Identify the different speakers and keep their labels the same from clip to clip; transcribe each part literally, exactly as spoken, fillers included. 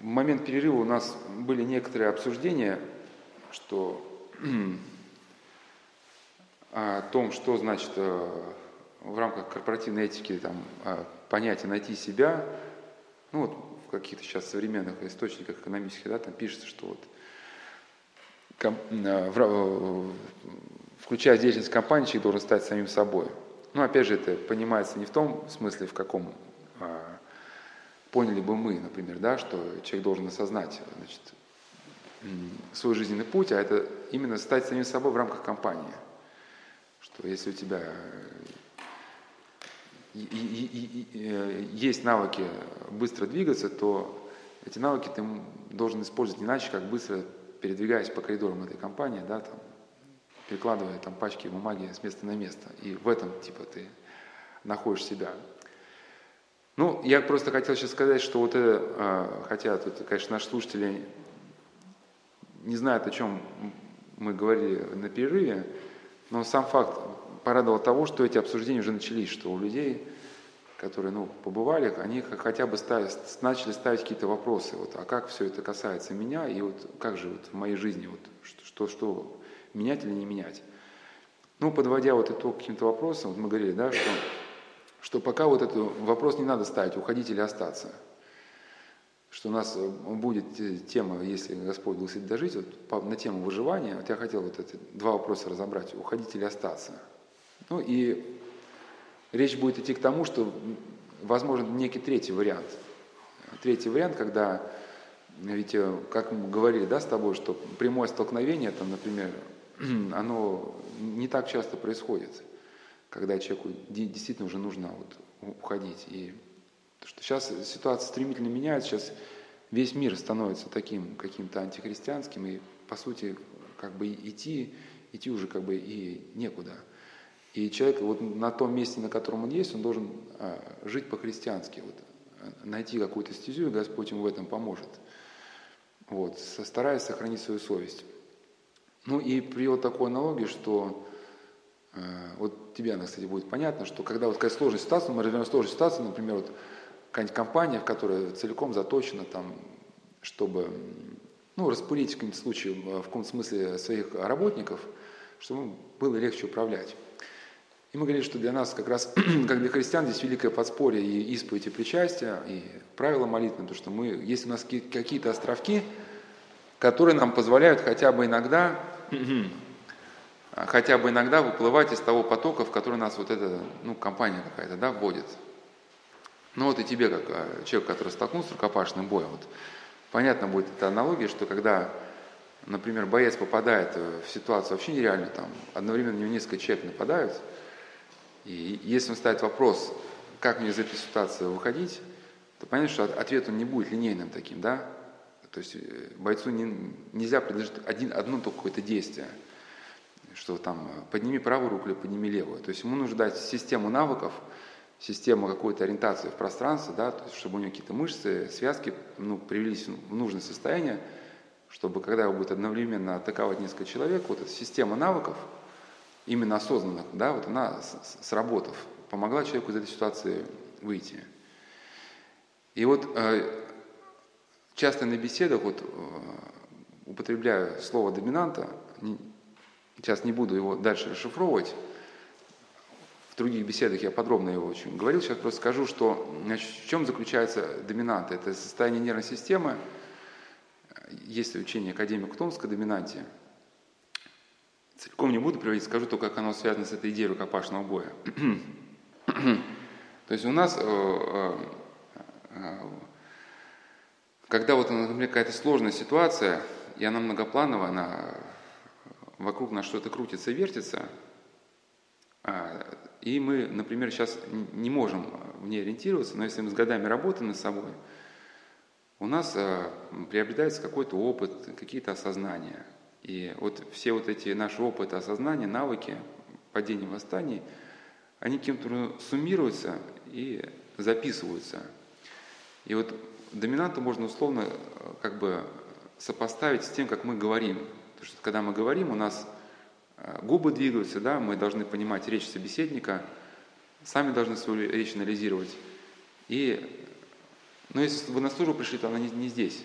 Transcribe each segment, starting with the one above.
Speaker 1: в момент перерыва у нас были некоторые обсуждения, что о том, что значит в рамках корпоративной этики там, понятие «найти себя». Ну вот в каких-то сейчас современных источниках экономических, да, там пишется, что вот ком, в, включая деятельность компании, человек должен стать самим собой. Ну, опять же, это понимается не в том смысле, в каком а, поняли бы мы, например, да, что человек должен осознать, значит, свой жизненный путь, а это именно стать самим собой в рамках компании. Что если у тебя и, и, и, и, есть навыки быстро двигаться, то эти навыки ты должен использовать не иначе, как быстро передвигаясь по коридорам этой компании, да, там, перекладывая там пачки бумаги с места на место. И в этом, типа, ты находишь себя. Ну, я просто хотел сейчас сказать, что вот это, хотя тут, конечно, наши слушатели не знают, о чем мы говорили на перерыве, но сам факт порадовал того, что эти обсуждения уже начались, что у людей, которые, ну, побывали, они хотя бы ставить, начали ставить какие-то вопросы. Вот, а как все это касается меня, и вот как же вот в моей жизни, вот, что, что менять или не менять. Ну, подводя вот итог каким-то вопросам, вот мы говорили, да, что, что пока вот этот вопрос не надо ставить, уходить или остаться. Что у нас будет тема, если Господь благословит дожить, вот, на тему выживания. Вот я хотел вот эти два вопроса разобрать, уходить или остаться. Ну и речь будет идти к тому, что возможен некий третий вариант. Третий вариант, когда, ведь, как мы говорили, да, с тобой, что прямое столкновение, там, например, оно не так часто происходит, когда человеку действительно уже нужно вот уходить. И что сейчас ситуация стремительно меняется, сейчас весь мир становится таким каким-то антихристианским, и по сути как бы идти, идти уже как бы и некуда. И человек вот на том месте, на котором он есть, он должен а, жить по-христиански, вот, найти какую-то стезю, и Господь ему в этом поможет, вот, стараясь сохранить свою совесть. Ну и привел такую аналогию, что э, вот тебе она, кстати, будет понятно, что когда вот такая сложная ситуация, мы разберем сложную ситуацию, например, вот какая-нибудь компания, в которой целиком заточена, там, чтобы ну, распылить в каком-то случае, в каком-то смысле своих работников, чтобы было легче управлять. И мы говорили, что для нас как раз, как для христиан, здесь великое подспорье и исповедь, и причастие, и правила молитвы, потому что мы, есть у нас какие-то островки, которые нам позволяют хотя бы иногда, хотя бы иногда выплывать из того потока, в который нас вот эта, ну, компания какая-то, да, вводит. Ну вот и тебе, как человек, который столкнулся с рукопашным боем, вот, понятно будет эта аналогия, что когда, например, боец попадает в ситуацию вообще нереально, там, одновременно на него несколько человек нападают, и если он ставит вопрос, как мне из этой ситуации выходить, то понятно, что ответ он не будет линейным таким, да? То есть бойцу не, нельзя предложить один, одно только какое-то действие, что там подними правую руку или подними левую. То есть ему нужно дать систему навыков, систему какой-то ориентации в пространстве, да, то есть чтобы у него какие-то мышцы, связки ну, привелись в нужное состояние, чтобы когда его будет одновременно атаковать несколько человек, вот эта система навыков, именно осознанных, да, вот она, сработав, помогла человеку из этой ситуации выйти. И вот э, часто на беседах вот, э, употребляю слово доминанта, не, сейчас не буду его дальше расшифровывать, в других беседах я подробно его очень говорил, сейчас просто скажу, что значит, в чем заключается доминанта. Это состояние нервной системы, есть учение академика Томска о доминанте. Целиком не буду приводить, скажу только, как оно связано с этой идеей рукопашного боя. То есть у нас, когда вот, например, какая-то сложная ситуация, и она многоплановая, она вокруг нас что-то крутится и вертится, и мы, например, сейчас не можем в ней ориентироваться, но если мы с годами работаем над собой, у нас приобретается какой-то опыт, какие-то осознания. И вот все вот эти наши опыты, осознания, навыки, падения, восстаний, они кем-то суммируются и записываются. И вот доминанту можно условно как бы сопоставить с тем, как мы говорим. Потому что когда мы говорим, у нас губы двигаются, да, мы должны понимать речь собеседника, сами должны свою речь анализировать. И Но если вы на службу пришли, то она не, не здесь.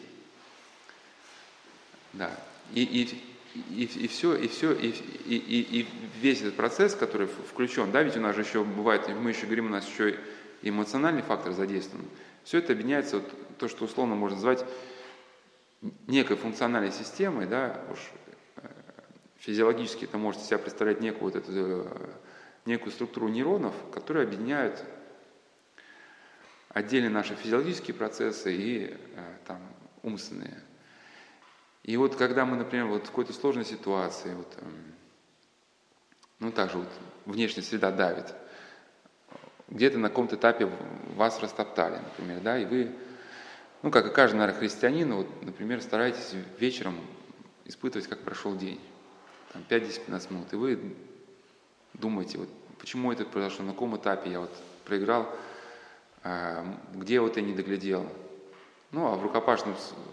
Speaker 1: Да. И, и, и, и все, и все, и, и, и, и весь этот процесс, который включен, да, ведь у нас же еще бывает, мы еще говорим, у нас еще и эмоциональный фактор задействован. Все это объединяется вот то, что условно можно назвать некой функциональной системой, да, уж физиологически это может себя представлять некую, вот эту, некую структуру нейронов, которые объединяют отдельно наши физиологические процессы и там, умственные. И вот когда мы, например, вот в какой-то сложной ситуации, вот, ну также вот внешняя среда давит, где-то на каком-то этапе вас растоптали, например, да, и вы, ну как и каждый, наверное, христианин, вот, например, стараетесь вечером испытывать, как прошел день, там пять-десять-пятнадцать минут, и вы думаете, вот, почему это произошло, на каком этапе я вот проиграл, где вот я не доглядел. Ну, а в рукопашном,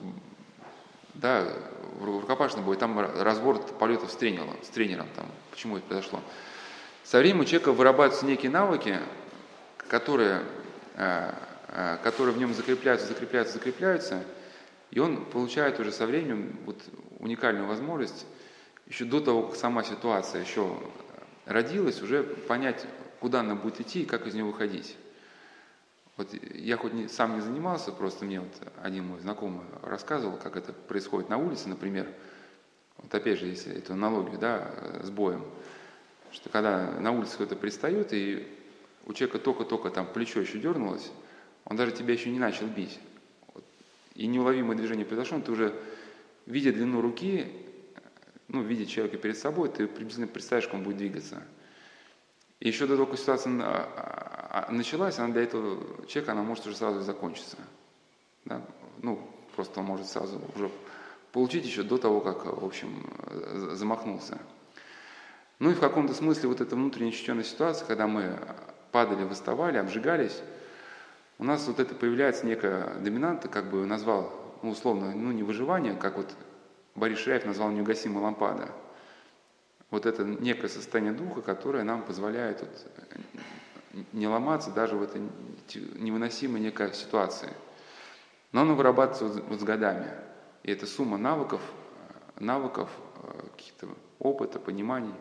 Speaker 1: да, в рукопашном бою там разбор полетов с тренером, с тренером там, почему это произошло. Со временем у человека вырабатываются некие навыки, которые, которые в нем закрепляются, закрепляются, закрепляются, и он получает уже со временем вот уникальную возможность, еще до того, как сама ситуация еще родилась, уже понять, куда она будет идти и как из нее выходить. Вот я хоть не, сам не занимался, просто мне вот один мой знакомый рассказывал, как это происходит на улице, например. Вот опять же, если эту аналогию, да, с боем, что когда на улице кто-то пристает, и у человека только-только там плечо еще дернулось, он даже тебя еще не начал бить. Вот, и неуловимое движение произошло, ты уже, видя длину руки, ну, видя человека перед собой, ты приблизительно представишь, как он будет двигаться. И еще до того, как ситуация началась, она для этого человека, она может уже сразу закончиться. Да? Ну, просто он может сразу уже получить еще до того, как, в общем, замахнулся. Ну и в каком-то смысле вот эта внутренняя ощущенная ситуация, когда мы падали, выставали, обжигались, у нас вот это появляется некая доминанта, как бы назвал, ну, условно, ну, не выживание, как вот Борис Ширяев назвал неугасимая лампада. Вот это некое состояние духа, которое нам позволяет вот не ломаться даже в этой невыносимой некой ситуации. Но оно вырабатывается вот, вот с годами. И это сумма навыков, навыков, каких-то опыта, пониманий.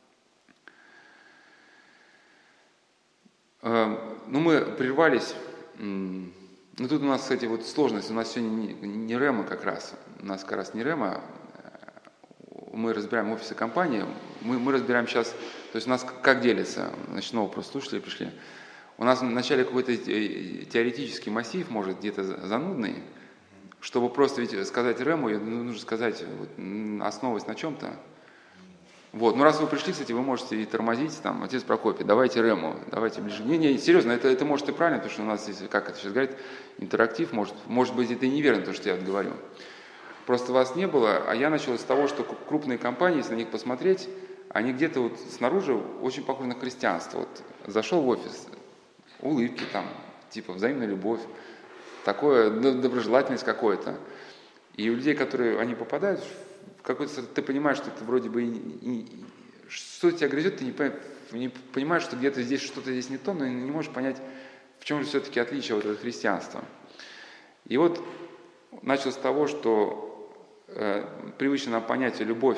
Speaker 1: Ну, мы прервались. Ну, тут у нас, кстати, вот сложность. У нас сегодня не, не рэма как раз. У нас как раз не рэма. Мы разбираем офисы компании. Мы, мы разбираем сейчас... То есть у нас как делится? Значит, снова просто слушатели пришли. У нас вначале какой-то теоретический массив, может, где-то занудный. Чтобы просто ведь сказать рэму, нужно сказать, вот, основываясь на чем-то. Вот. Ну, раз вы пришли, кстати, вы можете и тормозить, там, отец Прокопий, давайте рэму, давайте ближе. Не, не, серьезно, это, это может и правильно, потому что у нас здесь, как это сейчас говорит, интерактив, может, может быть, это и неверно, то, что я вот говорю. Просто вас не было, а я начал с того, что крупные компании, если на них посмотреть, они где-то вот снаружи очень похожи на христианство. Вот зашел в офис, улыбки там, типа взаимная любовь, такое, доброжелательность какое-то. И у людей, которые, они попадают в какой-то, ты понимаешь, что это вроде бы, и, и, что тебя грызет, ты не, не понимаешь, что где-то здесь что-то здесь не то, но не можешь понять, в чем же все-таки отличие вот от христианства. И вот начал с того, что э, привычно нам понятие любовь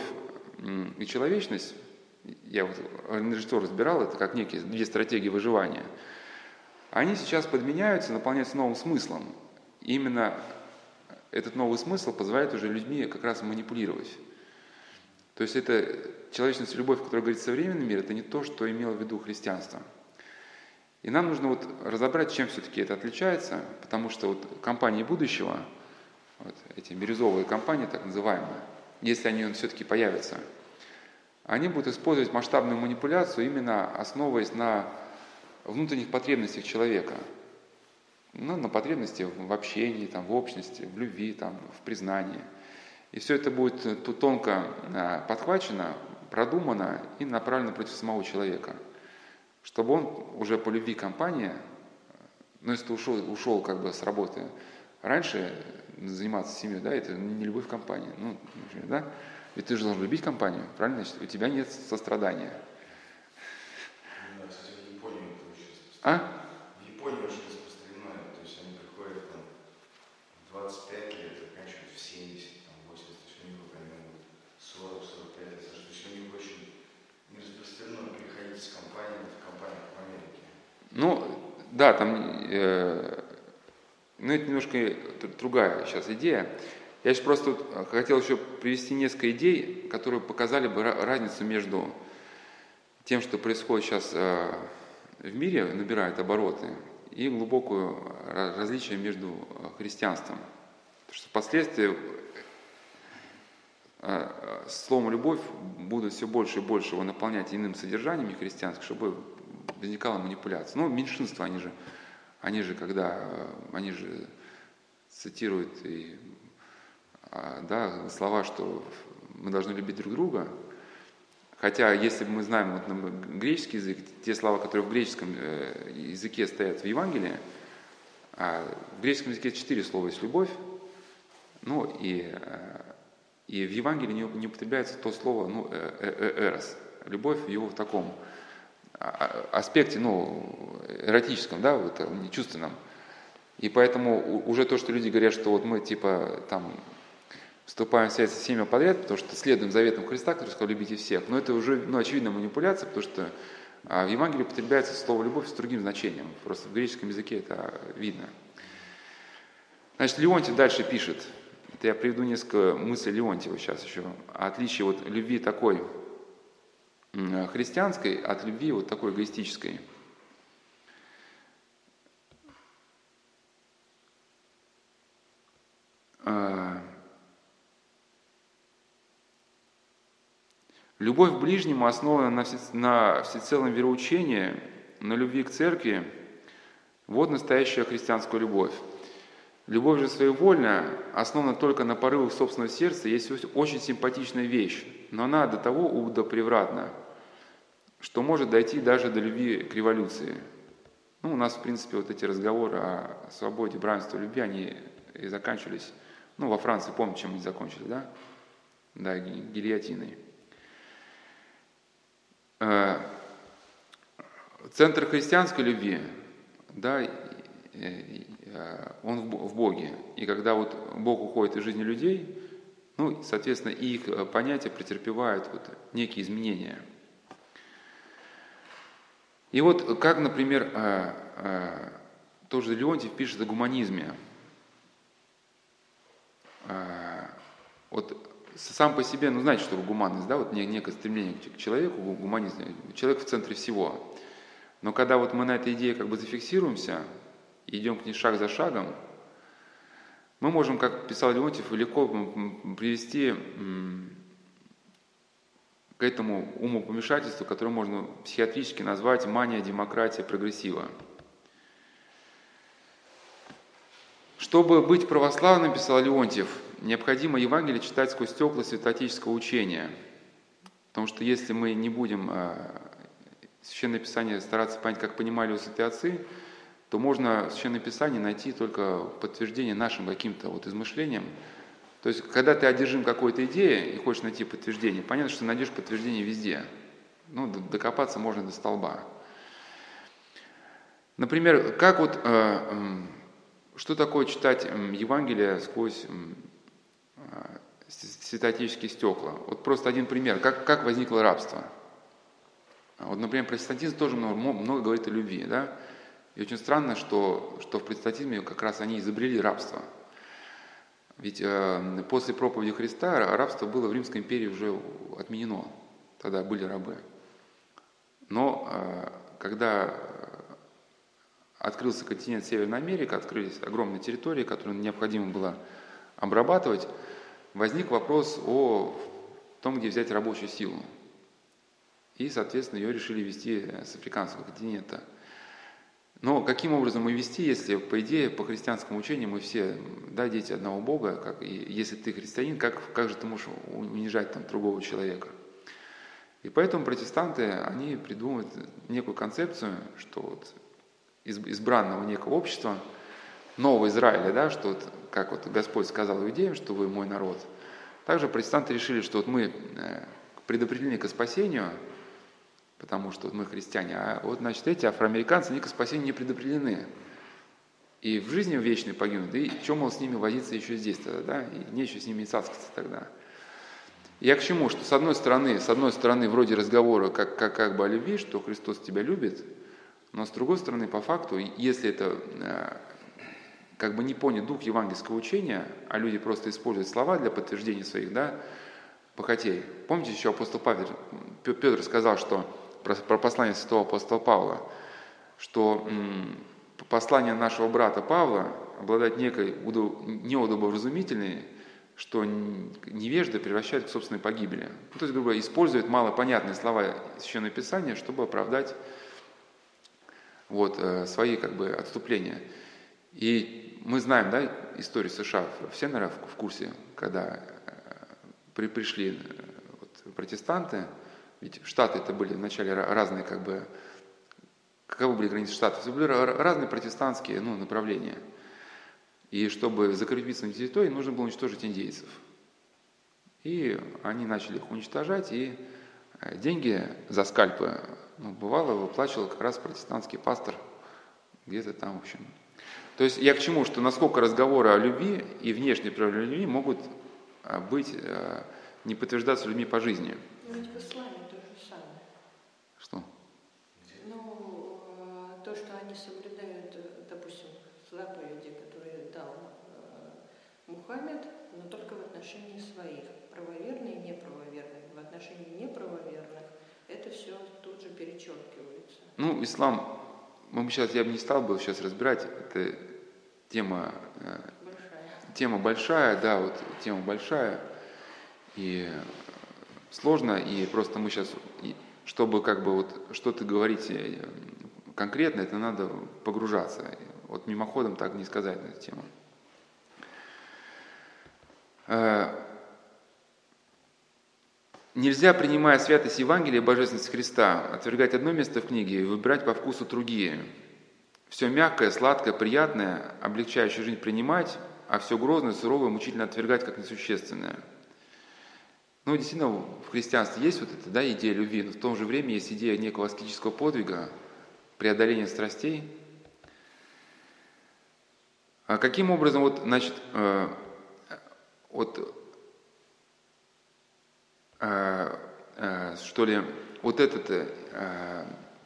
Speaker 1: и человечность, я вот на что разбирал, это как некие две стратегии выживания, они сейчас подменяются, наполняются новым смыслом. И именно этот новый смысл позволяет уже людьми как раз манипулировать. То есть это человечность и любовь, о которой говорит современный мир, это не то, что имело в виду христианство. И нам нужно вот разобрать, чем все-таки это отличается, потому что вот компании будущего, вот эти бирюзовые компании, так называемые, если они все-таки появятся, они будут использовать масштабную манипуляцию, именно основываясь на внутренних потребностях человека. Ну, на потребности в общении, там, в общности, в любви, там, в признании. И все это будет тут тонко подхвачено, продумано и направлено против самого человека. Чтобы он уже по любви к компании, ну, если ты ушел, ушел как бы с работы раньше, заниматься семьей, да, это не любовь к компании. Ну, например, да? Ведь ты же должен любить компанию, правильно? Значит, у тебя нет сострадания.
Speaker 2: Да, кстати, в Японии это очень распространено.
Speaker 1: А?
Speaker 2: В Японии очень распространено, то есть они приходят там
Speaker 1: да, там, э, ну это немножко другая сейчас идея. Я сейчас просто хотел еще привести несколько идей, которые показали бы разницу между тем, что происходит сейчас э, в мире, набирает обороты, и глубокую различие между христианством. Потому что впоследствии э, словом «любовь» будут все больше и больше его наполнять иным содержанием христианским, чтобы возникала манипуляция. Ну, меньшинство, они же, они же когда, они же цитируют и, да, слова, что мы должны любить друг друга. Хотя, если бы мы знаем вот, греческий язык, те слова, которые в греческом языке стоят в Евангелии, а в греческом языке четыре слова есть «любовь», ну и, и в Евангелии не, не употребляется то слово ну, «эрос», любовь в его в таком аспекте, ну, эротическом, да, вот, чувственном. И поэтому уже то, что люди говорят, что вот мы типа там вступаем в связь со всеми подряд, потому что следуем заветам Христа, который сказал «любите всех», но это уже ну, очевидная манипуляция, потому что а, в Евангелии употребляется слово «любовь» с другим значением. Просто в греческом языке это видно. Значит, Леонтий дальше пишет. Это я приведу несколько мыслей Леонтьева сейчас еще. Отличие вот любви такой христианской от любви вот такой эгоистической. Любовь к ближнему основана на, все, на всецелом вероучении, на любви к церкви. Вот настоящая христианская любовь. Любовь же своевольная, основана только на порывах собственного сердца, есть очень симпатичная вещь, но она до того удопревратна, что может дойти даже до любви к революции. Ну, у нас, в принципе, вот эти разговоры о свободе, равенстве, любви, они и заканчивались. Ну, во Франции, помните, чем они закончились, да? Да, гильотиной. Центр христианской любви, да, он в Боге. И когда вот Бог уходит из жизни людей, ну, соответственно, и их понятия претерпевают вот некие изменения. И вот как, например, тоже Леонтьев пишет о гуманизме. Вот сам по себе, ну, знаете, что гуманность, да, вот некое стремление к человеку, гуманизм, человек в центре всего. Но когда вот мы на этой идее как бы зафиксируемся и идем к ней шаг за шагом, мы можем, как писал Леонтьев, легко привести к этому умопомешательству, которое можно психиатрически назвать мания, демократия, прогрессива. Чтобы быть православным, писал Леонтьев, необходимо Евангелие читать сквозь стекла святоотеческого учения. Потому что если мы не будем Священное Писание стараться понять, как понимали его святые отцы, то можно в Священном Писании найти только подтверждение нашим каким-то вот измышлениям. То есть, когда ты одержим какой-то идеей и хочешь найти подтверждение, понятно, что ты найдешь подтверждение везде. Ну, докопаться можно до столба. Например, как вот, что такое читать Евангелие сквозь святоотеческие стекла? Вот просто один пример. Как, как возникло рабство? Вот, например, протестантизм тоже много, много говорит о любви, да? И очень странно, что, что в протестантизме как раз они изобрели рабство. Ведь э, после проповеди Христа рабство было в Римской империи уже отменено. Тогда были рабы. Но э, когда открылся континент Северная Америка, открылись огромные территории, которые необходимо было обрабатывать, возник вопрос о том, где взять рабочую силу. И, соответственно, ее решили везти с африканского континента. Но каким образом ее вести, если, по идее, по христианскому учению мы все, да, дети одного Бога, как, и если ты христианин, как, как же ты можешь унижать там другого человека? И поэтому протестанты, они придумывают некую концепцию, что вот из избранного некого общества, нового Израиля, да, что вот, как вот Господь сказал иудеям, что вы мой народ, также протестанты решили, что вот мы предопределены к спасению, потому что мы христиане, а вот, значит, эти афроамериканцы, они к спасению не предопределены. И в жизни вечной погибнут, и что, мол, с ними возиться еще здесь тогда, да, и нечего с ними и цацкаться тогда. Я к чему? Что с одной стороны, с одной стороны, вроде разговора как, как, как бы о любви, что Христос тебя любит, Но с другой стороны, по факту, если это как бы не понят дух евангельского учения, а люди просто используют слова для подтверждения своих, да, похотей. Помните, еще апостол Павел, Петр сказал, что про, про послание святого апостола Павла, что м, послание нашего брата Павла обладает некой неудобовразумительной, что невежды превращают к собственной погибели. Ну, то есть, грубо говоря, используют малопонятные слова Священного Писания, чтобы оправдать вот, свои как бы, отступления. И мы знаем, да, историю США, все, наверное, в курсе, когда при, пришли вот, протестанты, ведь Штаты это были вначале разные, как бы, каковы были границы Штатов, это были разные протестантские ну, направления. И чтобы закрепиться на территории, нужно было уничтожить индейцев. И они начали их уничтожать, и деньги за скальпы, ну, бывало, выплачивал как раз протестантский пастор где-то там, в общем. То есть я к чему, что насколько разговоры о любви и внешние проявления любви могут быть, не подтверждаться людьми по жизни.
Speaker 3: Ну ведь в исламе то же самое.
Speaker 1: Что?
Speaker 3: Ну, то, что они соблюдают, допустим, заповеди, которые дал Мухаммед, но только в отношении своих. Правоверные и неправоверные. В отношении неправоверных это все тут же перечеркивается.
Speaker 1: Ну, ислам, мы бы сейчас, я бы не стал бы сейчас разбирать, это тема большая, тема большая, да, вот тема большая, и сложно, и просто мы сейчас, чтобы как бы вот что-то говорить конкретно, это надо погружаться. Вот мимоходом так не сказать на эту тему. Нельзя, принимая святость Евангелия и божественность Христа, отвергать одно место в книге и выбирать по вкусу другие. Все мягкое, сладкое, приятное, облегчающее жизнь принимать, а все грозное, суровое, мучительно отвергать как несущественное. Ну, действительно, в христианстве есть вот эта, да, идея любви, но в то же время есть идея некого аскетического подвига, преодоления страстей. А каким образом, вот, значит, э, вот, э, э, что ли, вот этот, э, э,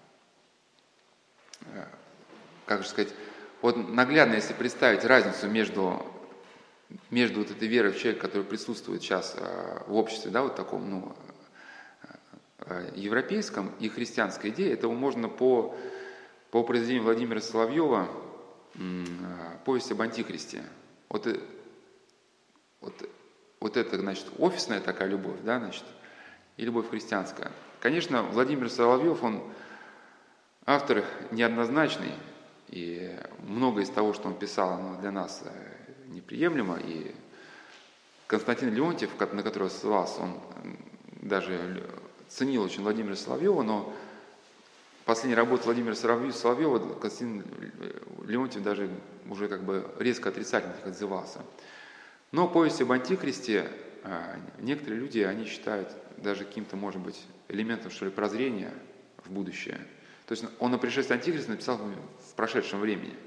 Speaker 1: как же сказать, вот наглядно, если представить разницу между, между вот этой верой в человека, который присутствует сейчас э, в обществе, да, вот таком, ну, э, европейском, и христианской идее, этого можно по, по произведению Владимира Соловьева «Повесть об Антихристе». Вот, вот, вот это, значит, офисная такая любовь, да, значит, и любовь христианская. Конечно, Владимир Соловьев, он автор неоднозначный, и многое из того, что он писал, оно для нас неприемлемо, и Константин Леонтьев, на которого ссылался, он даже ценил очень Владимира Соловьева, но последняя работа Владимира Соловьева, Константин Леонтьев даже уже как бы резко отрицательно отзывался. Но повесть об Антихристе, некоторые люди, они считают даже каким-то, может быть, элементом, что ли, прозрения в будущее. То есть он о пришествии Антихриста написал в прошедшем времени.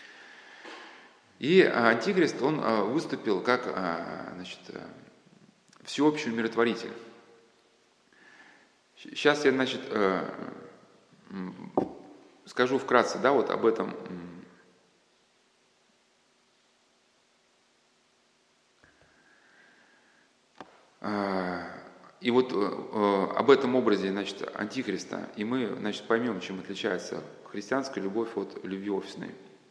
Speaker 1: И Антихрист, он выступил как, значит, всеобщий умиротворитель. Сейчас я, значит, скажу вкратце, да, вот об этом. И вот об этом образе, значит, Антихриста, и мы, значит, поймем, чем отличается христианская любовь от любви офисной.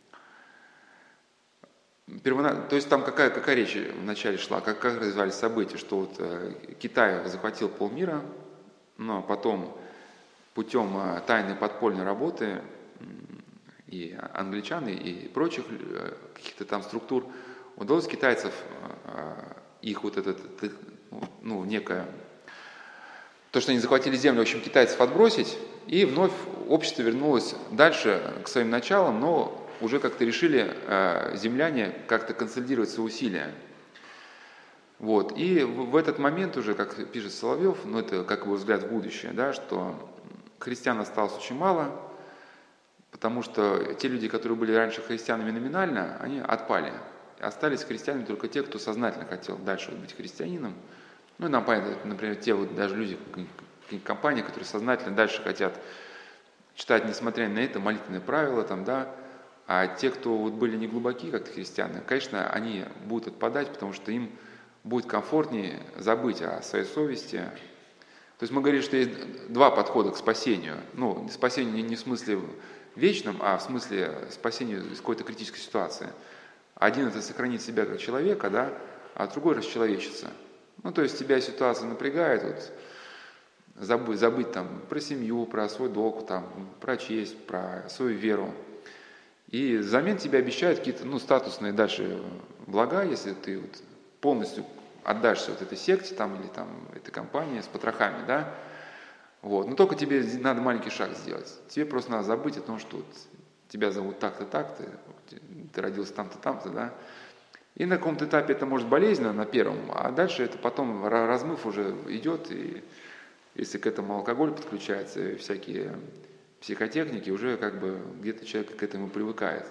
Speaker 1: Первона... То есть там какая, какая речь вначале шла, как, как развивались события, что вот Китай захватил полмира, но потом путем тайной подпольной работы и англичан, и прочих каких-то там структур удалось китайцев, их вот этот, ну, некое, то, что они захватили землю, в общем, китайцев отбросить, и вновь общество вернулось дальше к своим началам, но уже как-то решили земляне как-то консолидировать свои усилия. Вот. И в этот момент уже, как пишет Соловьев, ну это как его взгляд в будущее, да, что христиан осталось очень мало, потому что те люди, которые были раньше христианами номинально, они отпали. Остались христианами только те, кто сознательно хотел дальше быть христианином. Ну и нам понятно, например, те вот даже люди, компании, которые сознательно дальше хотят читать, несмотря на это, молитвенные правила, там, да, а те, кто вот были не глубоки, как христиане, конечно, они будут отпадать, потому что им будет комфортнее забыть о своей совести. То есть мы говорим, что есть два подхода к спасению. Ну, спасение не в смысле вечном, а в смысле спасения из какой-то критической ситуации. Один – это сохранить себя как человека, да, а другой – расчеловечиться. Ну, то есть тебя ситуация напрягает, вот, забыть, забыть там про семью, про свой долг, там, про честь, про свою веру. И взамен тебе обещают какие-то, ну, статусные дальше блага, если ты вот полностью отдашься вот этой секте там, или там, этой компании с потрохами, да. Вот. Но только тебе надо маленький шаг сделать. Тебе просто надо забыть о том, что вот тебя зовут так-то, так-то, ты родился там-то, там-то, да. И на каком-то этапе это может болезненно, на первом, а дальше это потом размыв уже идет, и если к этому алкоголь подключается, и всякие психотехники, уже как бы где-то человек к этому привыкает.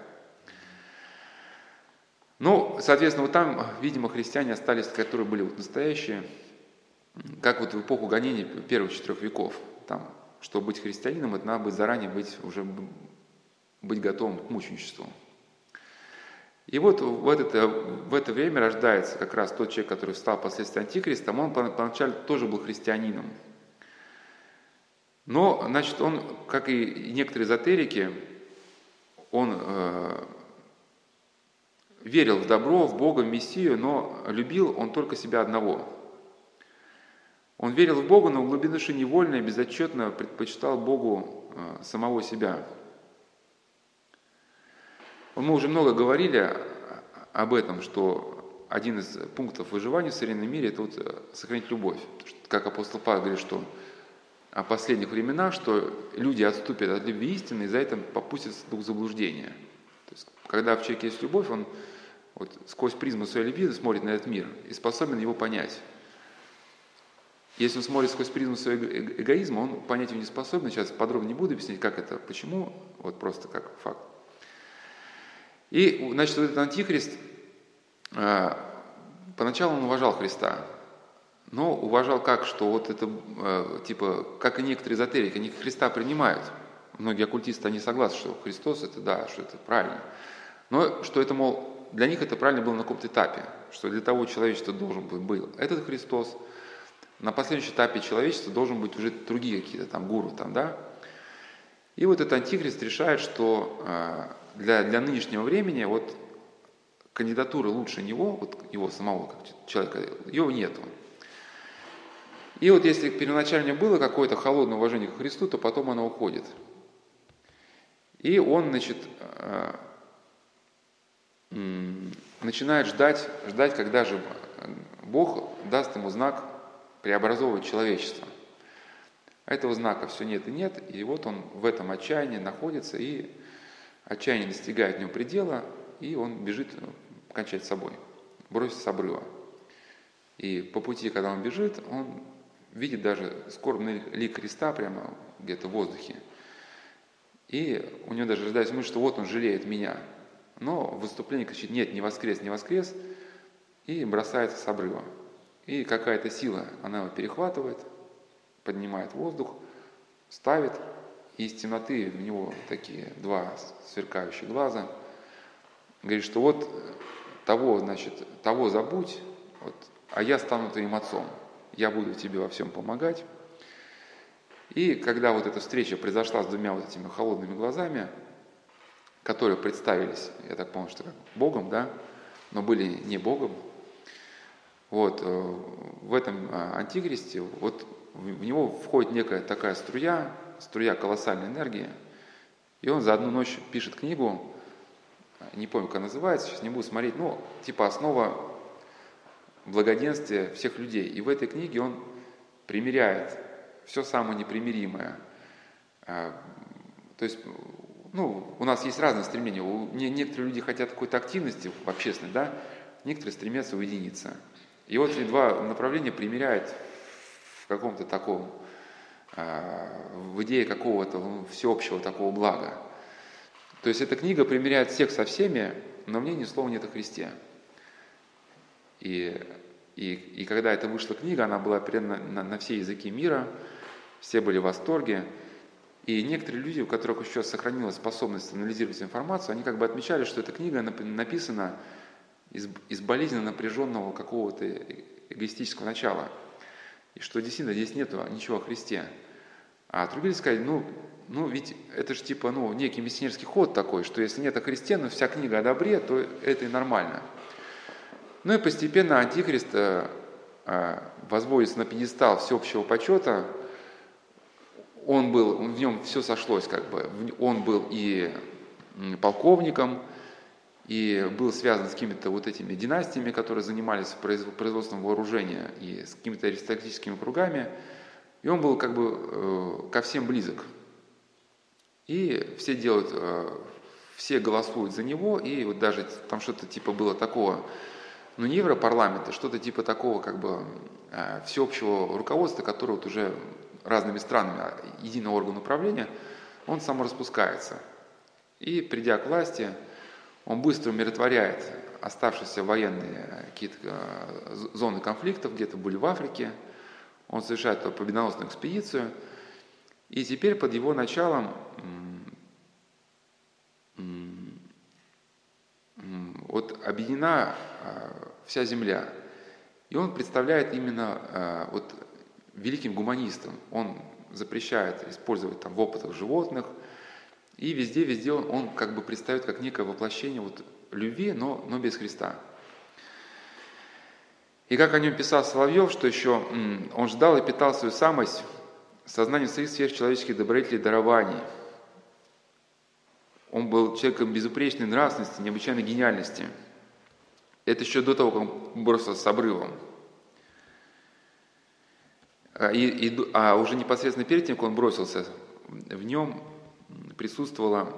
Speaker 1: Ну, соответственно, вот там, видимо, христиане остались, которые были вот настоящие, как вот в эпоху гонений первых четырех веков. Там, чтобы быть христианином, это надо быть заранее быть, уже быть готовым к мученичеству. И вот в, этот, в это время рождается как раз тот человек, который стал впоследствии антихристом. Он поначалу тоже был христианином. Но, значит, он, как и некоторые эзотерики, он э, верил в добро, в Бога, в Мессию, но любил он только себя одного. Он верил в Бога, но в глубине души невольно и безотчетно предпочитал Богу э, самого себя. Мы уже много говорили об этом, что один из пунктов выживания в современном мире – это вот сохранить любовь. Как апостол Павел говорит, что о последних временах, что люди отступят от любви истины и за это попустятся в заблуждение. То есть, когда в человеке есть любовь, он вот сквозь призму своей любви смотрит на этот мир и способен его понять. Если он смотрит сквозь призму своего эгоизма, он понять его не способен. Сейчас подробно не буду объяснять, как это, почему, вот просто как факт. И, значит, вот этот антихрист, э, поначалу он уважал Христа, но уважал как, что вот это, э, типа, как и некоторые эзотерики, они Христа принимают. Многие оккультисты, они согласны, что Христос это да, что это правильно. Но что это, мол, для них это правильно было на каком-то этапе, что для того человечества должен был этот Христос, на последующем этапе человечества должен быть уже другие какие-то там гуру, там, да. И вот этот антихрист решает, что э, для, для нынешнего времени вот кандидатуры лучше него, вот его самого как человека, ее нету. И вот если первоначально было какое-то холодное уважение к Христу, то потом оно уходит. И он, значит, э, э, начинает ждать, ждать, когда же Бог даст ему знак преобразовывать человечество. А этого знака все нет и нет, и вот он в этом отчаянии находится, и отчаяние достигает в нем предела, и он бежит кончать с собой, бросит с обрыва. И по пути, когда он бежит, он видит даже скорбный лик Христа прямо где-то в воздухе. И у него даже рождается мысль, что вот он жалеет меня. Но в выступлении кричит: нет, не воскрес, не воскрес, и бросается с обрыва. И какая-то сила, она его перехватывает, поднимает воздух, ставит, и из темноты в него такие два сверкающих глаза. Говорит, что вот того, значит, того забудь, вот, а я стану твоим отцом, я буду тебе во всем помогать. И когда вот эта встреча произошла с двумя вот этими холодными глазами, которые представились, я так понял, что как Богом, да, но были не Богом, вот, в этом антихристе, вот в него входит некая такая струя, струя колоссальной энергии, и он за одну ночь пишет книгу, не помню, как она называется, сейчас не буду смотреть, но типа основа благоденствия всех людей. И в этой книге он примиряет все самое непримиримое. То есть, ну, у нас есть разные стремления. Некоторые люди хотят какой-то активности в общественной, да, некоторые стремятся уединиться. И вот эти два направления примиряет в каком-то таком, в идее какого-то всеобщего такого блага. То есть эта книга примиряет всех со всеми, но в ней ни слова нет о Христе. И, и, и когда это вышла книга, она была передана на, на все языки мира, все были в восторге. И некоторые люди, у которых еще сохранилась способность анализировать информацию, они как бы отмечали, что эта книга написана из, из болезненно напряженного какого-то эгоистического начала. И что действительно здесь нет ничего о Христе. А другие сказали, ну, ну ведь это же типа ну, некий миссионерский ход такой, что если нет о Христе, но вся книга о добре, то это и нормально. Ну и постепенно Антихрист э, э, возводится на пьедестал всеобщего почета. Он был, в нем все сошлось как бы. Он был и полковником, и был связан с какими-то вот этими династиями, которые занимались производством вооружения, и с какими-то аристократическими кругами. И он был как бы э, ко всем близок. И все делают, э, все голосуют за него, и вот даже там что-то типа было такого, ну не Европарламента, что-то типа такого как бы э, всеобщего руководства, которое вот уже разными странами, единый орган управления, он самораспускается. И придя к власти, он быстро умиротворяет оставшиеся военные какие-то э, зоны конфликтов, где-то были в Африке. Он совершает эту победоносную экспедицию, и теперь под его началом вот объединена вся земля. И он представляет именно вот великим гуманистом. Он запрещает использовать там в опытах животных, и везде-везде он, он как бы предстает как некое воплощение вот любви, но, но без Христа. И как о нем писал Соловьев, что еще он ждал и питал свою самость сознанием своих сверхчеловеческих добродетелей и дарований. Он был человеком безупречной нравственности, необычайной гениальности. Это еще до того, как он бросился с обрывом. И, и, а уже непосредственно перед тем, как он бросился, в нем присутствовала...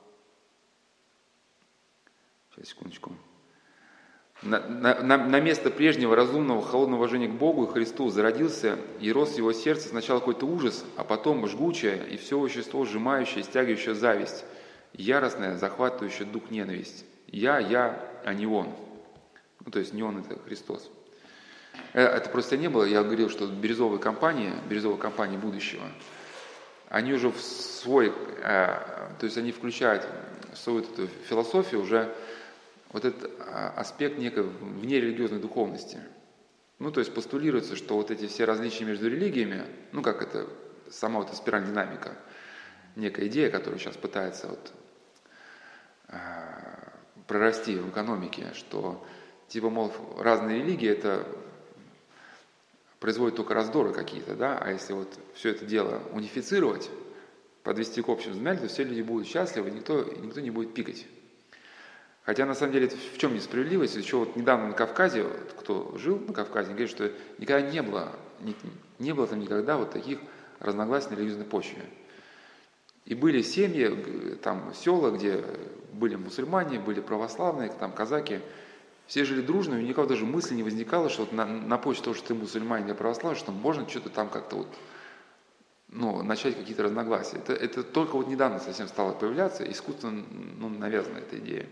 Speaker 1: Сейчас, секундочку. На, на, на место прежнего разумного, холодного уважения к Богу и Христу зародился и рос в его сердце сначала какой-то ужас, а потом жгучая и все существо сжимающая, стягивающая зависть, яростная, захватывающая дух ненависть. Я, я, а не он. Ну, то есть не он, это Христос. Это просто не было, я говорил, что бирюзовые компании, бирюзовые компании будущего, они уже в свой, то есть они включают в свою эту философию уже вот этот аспект некой внерелигиозной духовности. Ну, то есть постулируется, что вот эти все различия между религиями, ну, как это, сама вот эта спиральная динамика, некая идея, которая сейчас пытается вот, э, прорасти в экономике, что, типа, мол, разные религии, это производит только раздоры какие-то, да, а если вот все это дело унифицировать, подвести к общему знаменателю, то все люди будут счастливы, никто, никто не будет пикать. Хотя, на самом деле, это в чем несправедливость? Еще вот недавно на Кавказе, вот, кто жил на Кавказе, говорит, что никогда не было, не, не было там никогда вот таких разногласий на религиозной почве. И были семьи, там села, где были мусульмане, были православные, там казаки, все жили дружно, и у никого даже мысли не возникало, что вот на, на почве того, что ты мусульманин или православный, что можно что-то там как-то вот, ну, начать какие-то разногласия. Это, это только вот недавно совсем стало появляться, искусственно ну, навязана эта идея.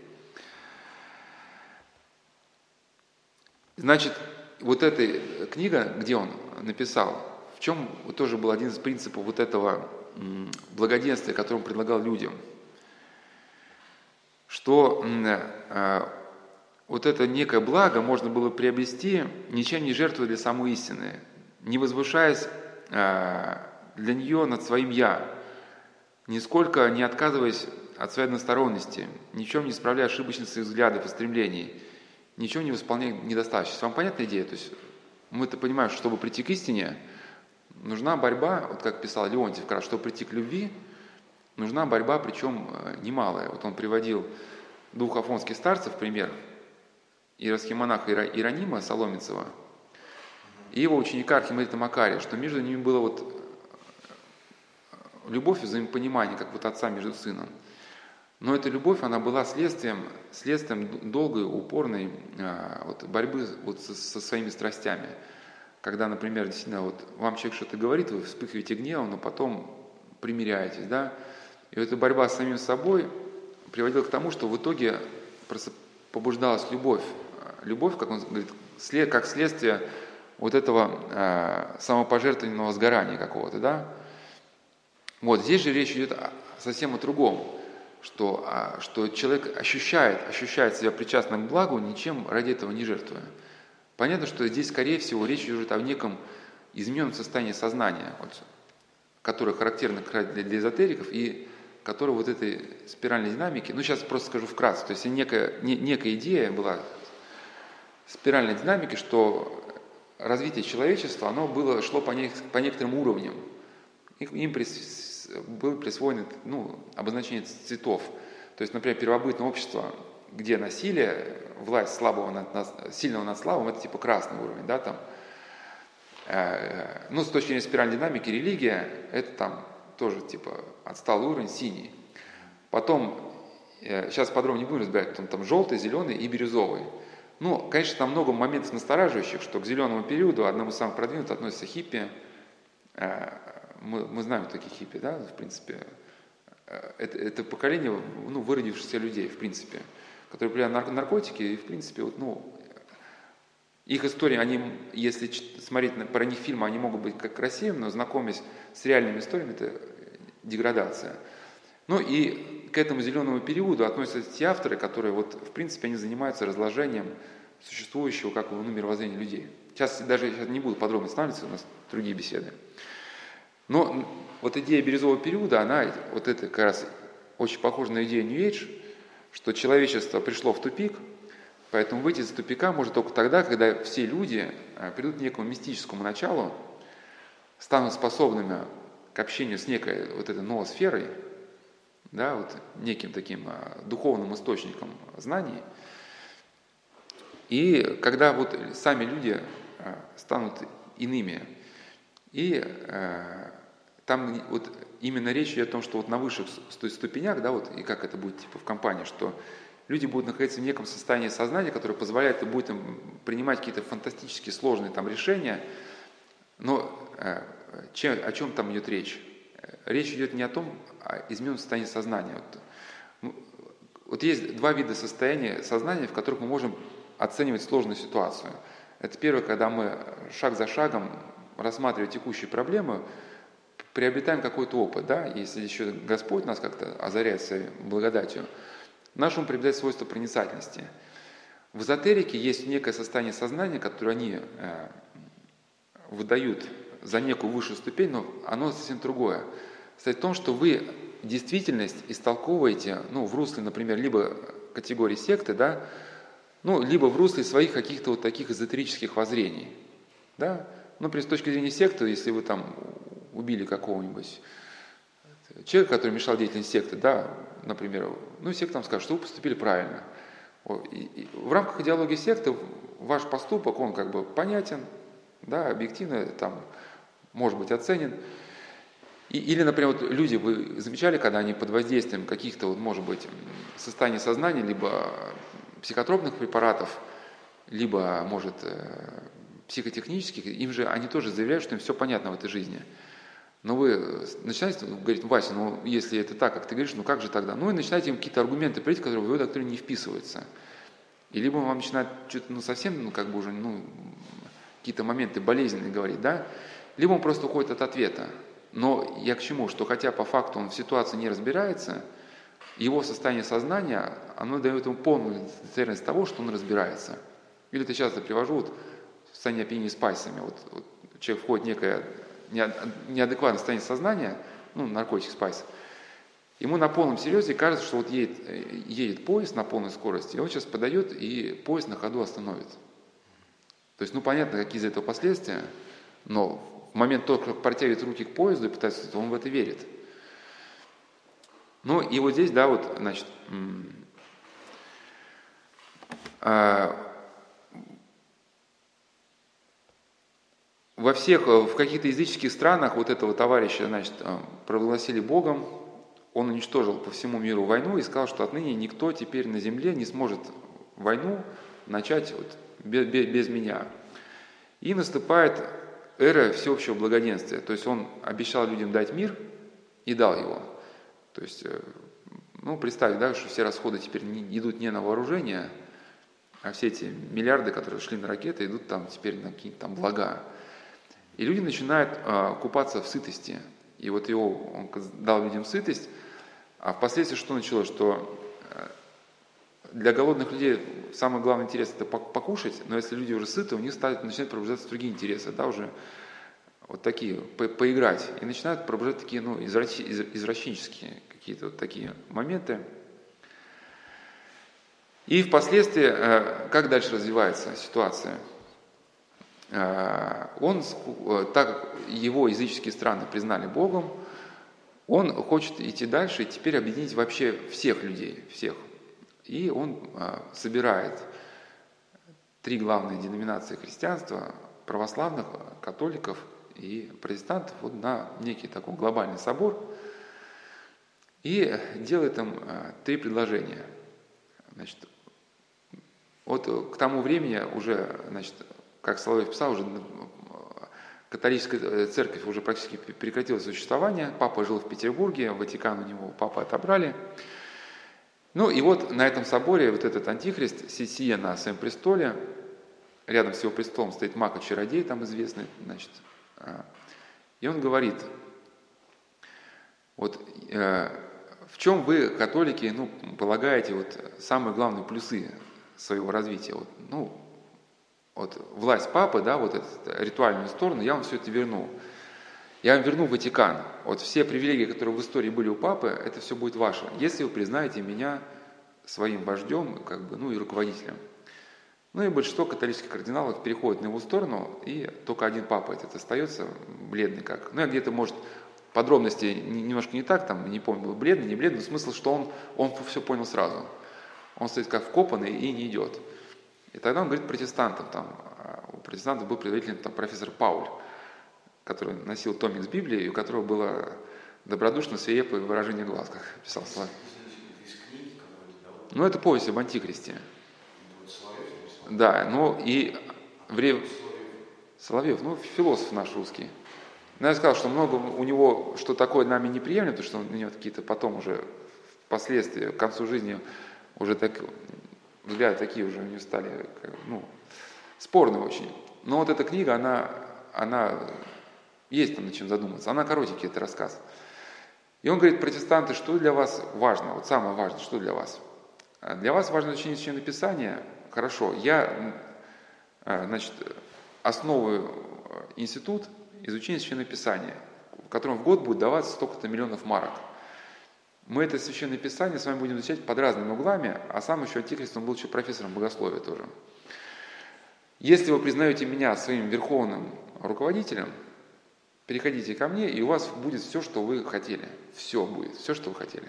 Speaker 1: Значит, вот эта книга, где он написал, в чем вот тоже был один из принципов вот этого благоденствия, которое он предлагал людям, что вот это некое благо можно было приобрести, ничем не жертвуя для самой истины, не возвышаясь для нее над своим «я», нисколько не отказываясь от своей односторонности, ничем не исправляя ошибочных своих взглядов и стремлений, ничего не восполняя недостаточность. Вам понятна идея? То есть мы-то понимаем, что чтобы прийти к истине, нужна борьба, вот как писал Леонтьев, как раз, чтобы прийти к любви, нужна борьба, причем немалая. Вот он приводил двух афонских старцев, пример, иеросхимонаха Иеронима Соломенцева и его ученика архимандрита Макария, что между ними было вот любовь и взаимопонимание, как вот отца между сыном. Но эта любовь, она была следствием, следствием долгой, упорной вот, борьбы вот со, со своими страстями. Когда, например, действительно, вот вам человек что-то говорит, вы вспыхиваете гневом, но потом примиряетесь, да? И эта борьба с самим собой приводила к тому, что в итоге просто побуждалась любовь. Любовь, как он говорит, след, как следствие вот этого э, самопожертвованного сгорания какого-то, да? Вот здесь же речь идет о- совсем о другом, что, а, что человек ощущает, ощущает себя причастным к благу, ничем ради этого не жертвуя. Понятно, что здесь, скорее всего, речь идет о неком измененном состоянии сознания, вот, которое характерно для, для эзотериков и которое вот этой спиральной динамики, ну сейчас просто скажу вкратце, то есть некая, не, некая идея была спиральной динамики, что развитие человечества, оно было, шло по, не, по некоторым уровням. Их, им прис, было присвоено ну, обозначение цветов. То есть, например, первобытное общество, где насилие, власть слабого над, над, сильного над слабым, это типа красный уровень, да, там. Э, ну, с точки зрения спиральной динамики, религия, это там тоже типа отсталый уровень, синий. Потом, э, сейчас подробнее не будем разбирать, там, там желтый, зеленый и бирюзовый. Ну, конечно, там много моментов настораживающих, что к зеленому периоду, одному из самых продвинутых, относятся хиппи. Мы, мы знаем такие хиппи, да, в принципе. Это, это поколение, ну, выродившихся людей, в принципе, которые приняли наркотики, и, в принципе, вот, ну, их истории, они, если смотреть на, про них фильмы, они могут быть как красивыми, но знакомясь с реальными историями, это деградация. Ну и к этому зеленому периоду относятся те авторы, которые, вот, в принципе, они занимаются разложением существующего, как ну, мировоззрения людей. Сейчас даже сейчас не буду подробно останавливаться, у нас другие беседы. Но вот идея бирюзового периода, она, вот это как раз очень похожа на идею New Age, что человечество пришло в тупик, поэтому выйти из тупика может только тогда, когда все люди придут к некому мистическому началу, станут способными к общению с некой вот этой ноосферой, да, вот неким таким а, духовным источником знаний. И когда вот сами люди а, станут иными, и а, там вот именно речь идет о том, что вот на высших ступенях, да, вот, и как это будет типа в компании, что люди будут находиться в неком состоянии сознания, которое позволяет им будет им принимать какие-то фантастически сложные там решения, но а, чем, о чем там идет речь? Речь идет не о том, а измененном состоянии сознания. Вот, вот есть два вида состояния сознания, в которых мы можем оценивать сложную ситуацию. Это первое, когда мы шаг за шагом, рассматривая текущие проблемы, приобретаем какой-то опыт. Да? Если еще Господь нас как-то озаряет своей благодатью, наш ум приобретает свойство проницательности. В эзотерике есть некое состояние сознания, которое они э, выдают за некую высшую ступень, но оно совсем другое. Состоит в том, что вы действительность истолковываете, ну, в русле, например, либо категории секты, да, ну, либо в русле своих каких-то вот таких эзотерических воззрений, да. Ну, например, с точки зрения секты, если вы там убили какого-нибудь человека, который мешал деятельности секты, да, например, ну, секта вам скажет, что вы поступили правильно. И, и в рамках идеологии секты ваш поступок, он как бы понятен, да, объективно, там, может быть оценен. И, или, например, вот люди, вы замечали, когда они под воздействием каких-то, вот, может быть, состояний сознания, либо психотропных препаратов, либо, может, психотехнических, им же, они тоже заявляют, что им все понятно в этой жизни. Но вы начинаете говорить, Вася, ну, если это так, как ты говоришь, ну, как же тогда? Ну, и начинаете им какие-то аргументы приводить, которые в его доктрину не вписываются. И либо вам начинают что-то, ну, совсем, ну, как бы уже, ну, какие-то моменты болезненные говорить, да, либо он просто уходит от ответа. Но я к чему? Что хотя по факту он в ситуации не разбирается, его состояние сознания, оно дает ему полную ценность того, что он разбирается. Или это часто привожу вот, в состояние опьянения спайсами. Вот, вот человек входит в некое неадекватное состояние сознания, ну, наркотик спайс, ему на полном серьезе кажется, что вот едет, едет поезд на полной скорости, и он сейчас подает, и поезд на ходу остановит. То есть, ну, понятно, какие из этого последствия, но в момент только, как протягивает руки к поезду и пытается, он в это верит. Ну, и вот здесь, да, вот, значит, во всех, в каких-то языческих странах вот этого товарища, значит, провозгласили Богом, он уничтожил по всему миру войну и сказал, что отныне никто теперь на земле не сможет войну начать вот без, без, без меня. И наступает эра всеобщего благоденствия. То есть он обещал людям дать мир и дал его. То есть, ну, представь, да, что все расходы теперь не, идут не на вооружение, а все эти миллиарды, которые шли на ракеты, идут там теперь на какие-то там блага. И люди начинают а, купаться в сытости. и вот его он дал людям сытость, а впоследствии что началось, что для голодных людей самый главный интерес – это покушать, но если люди уже сыты, у них стали, начинают пробуждаться другие интересы, да, уже вот такие, по поиграть, и начинают пробуждать такие, ну, извращ, извращенческие какие-то вот такие моменты. И впоследствии, как дальше развивается ситуация? Он, так как его языческие страны признали Богом, он хочет идти дальше и теперь объединить вообще всех людей, всех. И он собирает три главные деноминации христианства: православных, католиков и протестантов, вот на некий такой глобальный собор, и делает им три предложения. Значит, вот к тому времени уже, значит, как Соловьев писал, уже католическая церковь уже практически прекратила существование. Папа жил в Петербурге, Ватикан у него папу отобрали. Ну и вот на этом соборе вот этот антихрист, сидя на своем престоле, рядом с его престолом стоит Маг-чародей, там известный, значит, и он говорит: вот э, в чем вы, католики, ну, полагаете вот самые главные плюсы своего развития? Вот, ну, вот власть папы, да, вот эту ритуальную сторону, я вам все это верну. Я вам верну Ватикан. Вот все привилегии, которые в истории были у папы, это все будет ваше, если вы признаете меня своим вождем, как бы, ну и руководителем. Ну и большинство католических кардиналов переходит на его сторону, и только один папа этот остается, бледный как. Ну, я где-то, может, подробности немножко не так, там, не помню, был бледный, не бледный, но смысл, что он, он все понял сразу. Он стоит как вкопанный и не идет. И тогда он говорит протестантам, там, у протестантов был предводителем там, профессор Пауль, который носил томик с Библией, у которого было добродушно свирепое выражение глаз, как писал Славик. Ну, это повесть об антихристе. Да, ну и время... Соловьев, ну, философ наш русский. Но я сказал, что много у него, что такое нами неприемлемо, потому что у него какие-то потом уже впоследствии, к концу жизни уже так, взгляды такие уже у него стали, ну, спорные очень. Но вот эта книга, она, она есть там над чем задуматься. Она коротенький, это рассказ. И он говорит: протестанты, что для вас важно? Вот самое важное, что для вас? Для вас важно изучение Священного Писания. Хорошо, я, значит, основываю институт изучения Священного Писания, в котором в год будет даваться столько-то миллионов марок. Мы это Священное Писание с вами будем изучать под разными углами, а сам еще антихрист, он был еще профессором богословия тоже. Если вы признаете меня своим верховным руководителем, переходите ко мне, и у вас будет все, что вы хотели. Все будет, все, что вы хотели.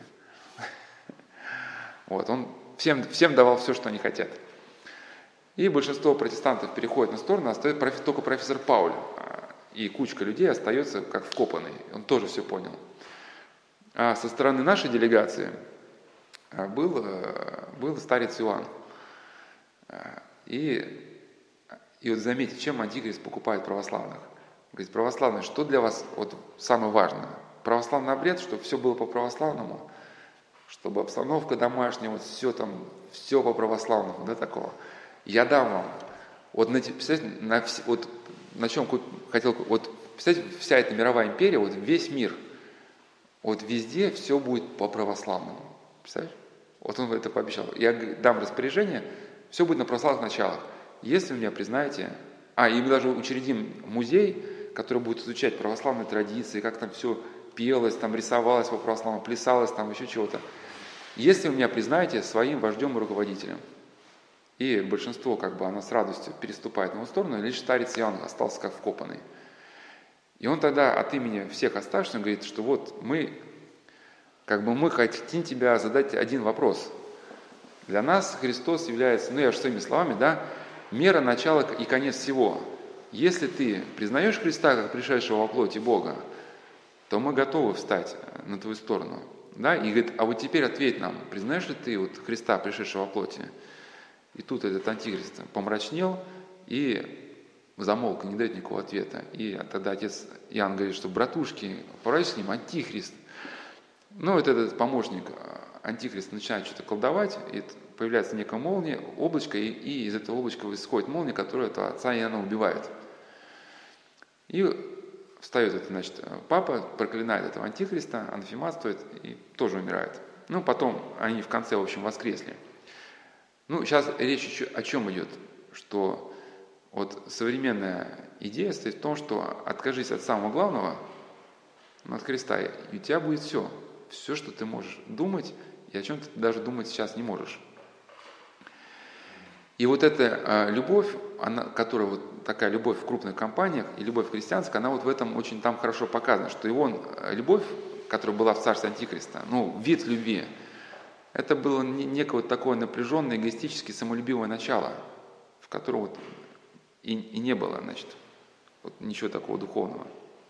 Speaker 1: Вот, он всем, всем давал все, что они хотят. И большинство протестантов переходит на сторону, остается только профессор Пауль. И кучка людей остается как вкопанный. Он тоже все понял. А со стороны нашей делегации был, был старец Иоанн. И, и вот заметьте, чем антихрист покупает православных. Говорит: православные, что для вас вот самое важное? Православный обряд, чтобы все было по-православному, чтобы обстановка домашняя, вот все там, все по-православному, да, такого. Я дам вам. Вот на, представляете, на, вот, на чем хотел, вот представляете, вся эта мировая империя, вот весь мир, вот везде все будет по-православному. Представляешь? Вот он это пообещал. Я дам распоряжение, все будет на православных началах. Если вы меня признаете, а, и мы даже учредим музей, который будет изучать православные традиции, как там все пелось, там рисовалось по-православному, плясалось, там еще чего-то. Если вы меня признаете своим вождем и руководителем. И большинство, как бы, оно с радостью переступает на его сторону, и лишь старец Иоанн остался как вкопанный. И он тогда от имени всех оставшихся говорит, что вот мы, как бы мы хотим тебя задать один вопрос. Для нас Христос является, ну я же своими словами, да, мера, начало и конец всего. Если ты признаешь Христа как пришедшего во плоти Бога, то мы готовы встать на твою сторону. Да? И говорит: а вот теперь ответь нам, признаешь ли ты вот Христа, пришедшего во плоти? И тут этот антихрист помрачнел и замолк, не дает никакого ответа. И тогда отец Иоанн говорит, что: братушки, пора с ним, антихрист. Ну, вот этот помощник антихрист начинает что-то колдовать, и появляется некая молния, облачко, и, и из этого облачка исходит молния, которая этого отца Иоанна убивает. И встает, это, значит, папа, проклинает этого антихриста, анафематствует и тоже умирает. Ну, потом они в конце, в общем, воскресли. Ну, сейчас речь о чем идет? Что вот современная идея стоит в том, что откажись от самого главного, от Христа, и у тебя будет все. Все, что ты можешь думать, и о чем ты даже думать сейчас не можешь. И вот эта любовь, она, которая вот такая любовь в крупных компаниях и любовь христианская, она вот в этом очень там хорошо показана, что его любовь, которая была в царстве Антихриста, ну, вид любви, это было некое вот такое напряженное, эгоистически самолюбивое начало, в котором вот и, и не было, значит, вот ничего такого духовного.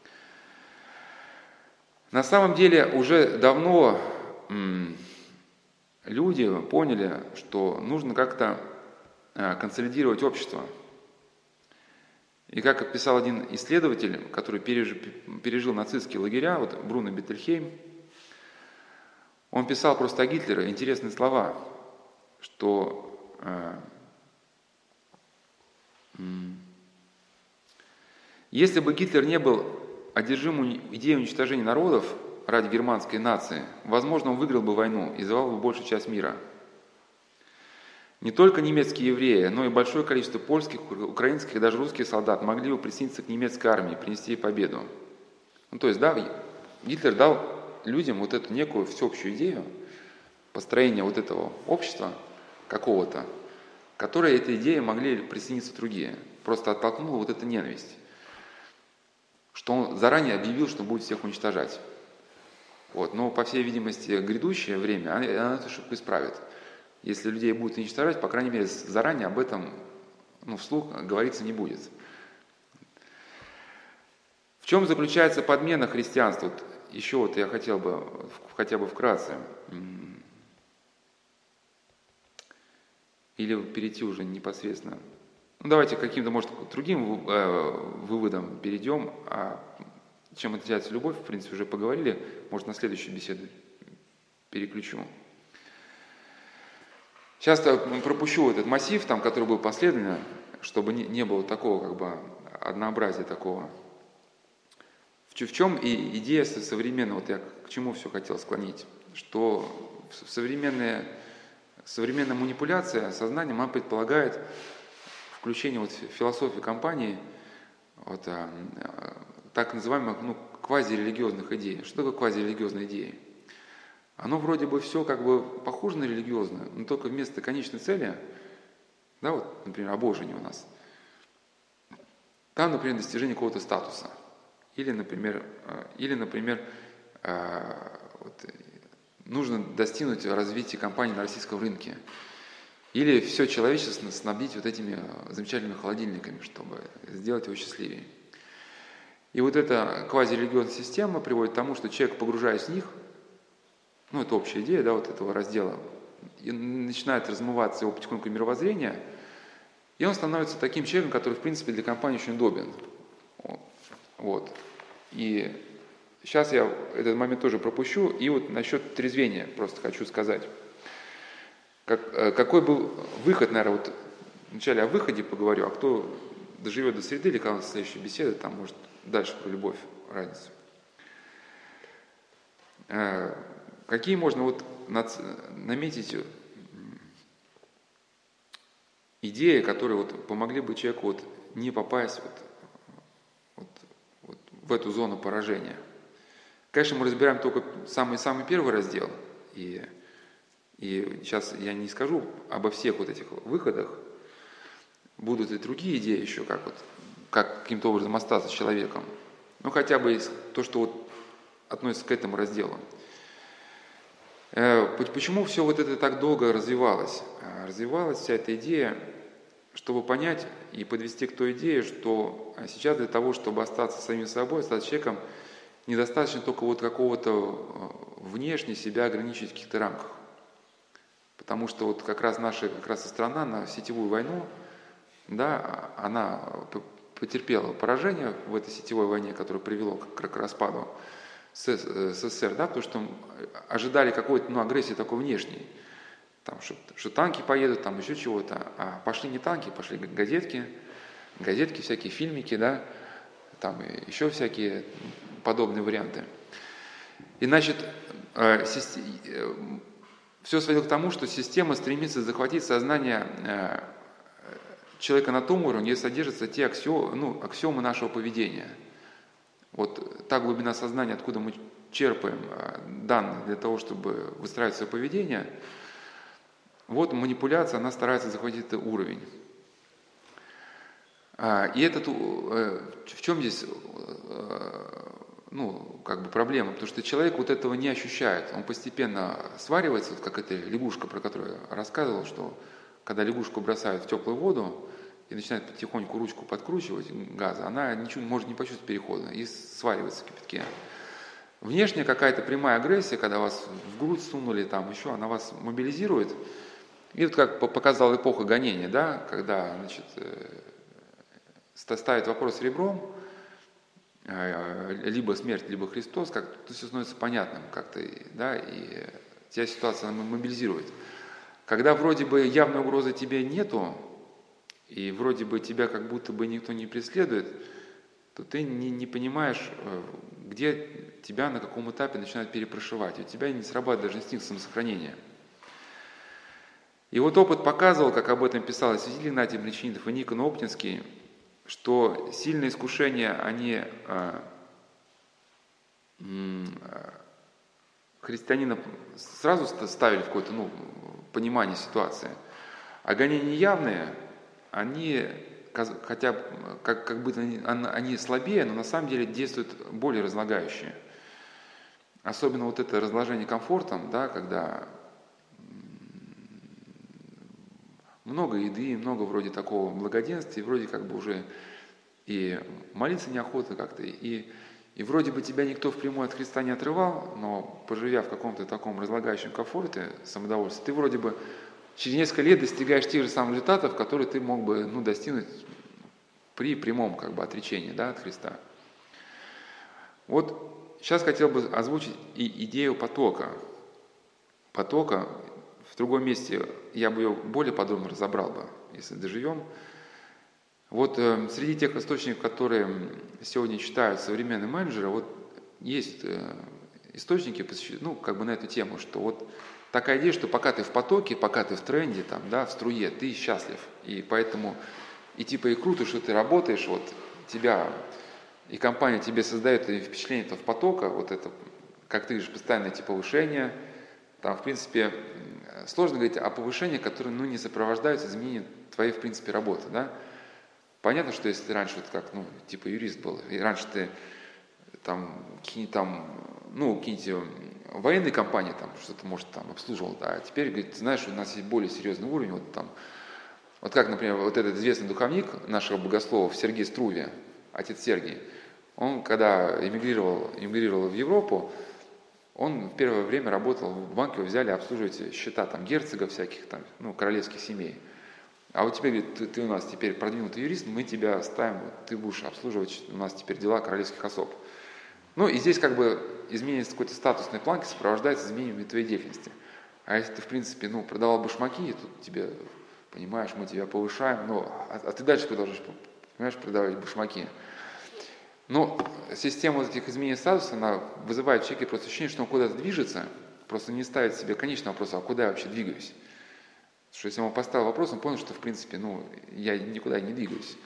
Speaker 1: На самом деле уже давно м, люди поняли, что нужно как-то а, консолидировать общество. И как писал один исследователь, который пережил, пережил нацистские лагеря, вот Бруно Беттельхейм, он писал просто о Гитлере интересные слова, что э, м, если бы Гитлер не был одержим идеей уничтожения народов ради германской нации, возможно, он выиграл бы войну и завоевал бы большую часть мира. Не только немецкие евреи, но и большое количество польских, украинских и даже русских солдат могли бы присоединиться к немецкой армии, принести ей победу. Ну, то есть, да, Гитлер дал людям вот эту некую всеобщую идею построения вот этого общества какого-то, к которой этой идее могли присоединиться другие. Просто оттолкнула вот эта ненависть, что он заранее объявил, что будет всех уничтожать. Вот. Но, по всей видимости, грядущее время, она эту ошибку исправит. Если людей будут уничтожать, по крайней мере, заранее об этом, ну, вслух говориться не будет. В чем заключается подмена христианства? Вот еще вот я хотел бы хотя бы вкратце, или перейти уже непосредственно. Ну, давайте к каким-то, может, другим выводам перейдем. А чем отличается любовь, в принципе, уже поговорили. Может, на следующую беседу переключу. Сейчас я пропущу этот массив, там, который был последовательно, чтобы не, не было такого как бы однообразия такого. В, в чем и идея современная, вот я к чему все хотел склонить, что современная, современная манипуляция сознанием, она предполагает включение вот в философию компании вот, а, так называемых ну, квазирелигиозных идей. Что такое квазирелигиозные идеи? Оно вроде бы все как бы похоже на религиозное, но только вместо конечной цели, да, вот, например, обожение у нас, там, например, достижение какого-то статуса. Или, например, или, например вот, нужно достигнуть развития компании на российском рынке. Или все человечество снабдить вот этими замечательными холодильниками, чтобы сделать его счастливее. И вот эта квазирелигиозная система приводит к тому, что человек, погружаясь в них, ну, это общая идея, да, вот этого раздела, и начинает размываться его потихоньку мировоззрение, и он становится таким человеком, который, в принципе, для компании очень удобен. Вот. И сейчас я этот момент тоже пропущу, и вот насчет трезвения просто хочу сказать. Как, какой был выход, наверное, вот вначале о выходе поговорю, а кто доживет до среды, или когда у нас следующая беседа, там, может, дальше про любовь, разницу. Какие можно вот наметить идеи, которые вот помогли бы человеку вот не попасть вот, вот, вот в эту зону поражения? Конечно, мы разбираем только самый-самый первый раздел, и, и сейчас я не скажу обо всех вот этих выходах, будут и другие идеи еще, как, вот, как каким-то образом остаться с человеком, ну хотя бы то, что вот относится к этому разделу. Почему все вот это так долго развивалось? Развивалась вся эта идея, чтобы понять и подвести к той идее, что сейчас для того, чтобы остаться самим собой, стать человеком, недостаточно только вот какого-то внешне себя ограничить в каких-то рамках. Потому что вот как раз наша как раз страна на сетевую войну, да, она потерпела поражение в этой сетевой войне, которое привело к, к распаду СССР, да, потому что ожидали какой-то ну, агрессии такой внешней, там, что, что танки поедут, там еще чего-то, а пошли не танки, пошли газетки, газетки, всякие фильмики, да, там и еще всякие подобные варианты. И, значит, все сводило к тому, что система стремится захватить сознание человека на том уровне, где содержатся те аксиомы, ну, аксиомы нашего поведения. Вот та глубина сознания, откуда мы черпаем данные для того, чтобы выстраивать свое поведение, вот манипуляция, она старается захватить этот уровень. И этот, в чем здесь, ну, как бы проблема? Потому что человек вот этого не ощущает. Он постепенно сваривается, вот как эта лягушка, про которую я рассказывал, что когда лягушку бросают в теплую воду и начинает потихоньку ручку подкручивать газа, она ничего может не почувствовать перехода и сваривается в кипятке. Внешняя какая-то прямая агрессия, когда вас в грудь сунули, там еще, она вас мобилизирует. И вот как показала эпоха гонения, да, когда, значит, ставит вопрос ребром, либо смерть, либо Христос, как-то все становится понятным как-то, да, и тебя ситуация мобилизирует. Когда вроде бы явной угрозы тебе нету, и вроде бы тебя как будто бы никто не преследует, то ты не, не понимаешь, где тебя на каком этапе начинают перепрошивать. У тебя не срабатывает даже инстинкт самосохранения. И вот опыт показывал, как об этом писал святитель Игнатий Бринчанинов и Никон Оптинский, что сильные искушения, они а, м, христианина сразу ставили в какое-то, ну, понимание ситуации, а гонения явные, они, хотя как, как будто они, они слабее, но на самом деле действуют более разлагающие. Особенно вот это разложение комфортом, да, когда много еды, много вроде такого благоденствия, и вроде как бы уже и молиться неохота как-то, и, и вроде бы тебя никто впрямую от Христа не отрывал, но поживя в каком-то таком разлагающем комфорте, самодовольстве, ты вроде бы через несколько лет достигаешь тех же самых результатов, которые ты мог бы, ну, достигнуть при прямом как бы отречении, да, от Христа. Вот сейчас хотел бы озвучить и идею потока. Потока. В другом месте я бы ее более подробно разобрал бы, если доживем. Вот э, среди тех источников, которые сегодня читают современные менеджеры, вот есть э, источники, ну, как бы на эту тему, что вот такая идея, что пока ты в потоке, пока ты в тренде, там, да, в струе, ты счастлив. И поэтому и типа и круто, что ты работаешь, вот тебя и компания тебе создает впечатление этого потока, вот это, как ты видишь, постоянное эти повышения. Там, в принципе, сложно говорить о повышениях, которые, ну, не сопровождаются изменением твоей, в принципе, работы, да. Понятно, что если ты раньше вот как, ну, типа юрист был, и раньше ты там какие-нибудь там, ну, какие-нибудь военные компании там что-то, может, там обслуживал, да, а теперь, говорит, ты знаешь, у нас есть более серьезный уровень, вот там, вот как, например, вот этот известный духовник нашего богословов Сергей Струве, отец Сергий, он, когда эмигрировал, эмигрировал в Европу, он в первое время работал в банке, его взяли обслуживать счета там герцогов всяких там, ну, королевских семей. А вот теперь, говорит, ты, ты у нас теперь продвинутый юрист, мы тебя ставим, ты будешь обслуживать у нас теперь дела королевских особ. Ну и здесь как бы изменение какой-то статусной планки сопровождается изменением твоей деятельности. А если ты, в принципе, ну, продавал башмаки, тут тебе, понимаешь, мы тебя повышаем, ну, а, а ты дальше продолжаешь, понимаешь, продавать башмаки. Но система вот этих изменений статуса, она вызывает в человеке просто ощущение, что он куда-то движется, просто не ставит себе конечного вопроса, а куда я вообще двигаюсь. Потому что если он поставил вопрос, он понял, что, в принципе, ну, я никуда не двигаюсь.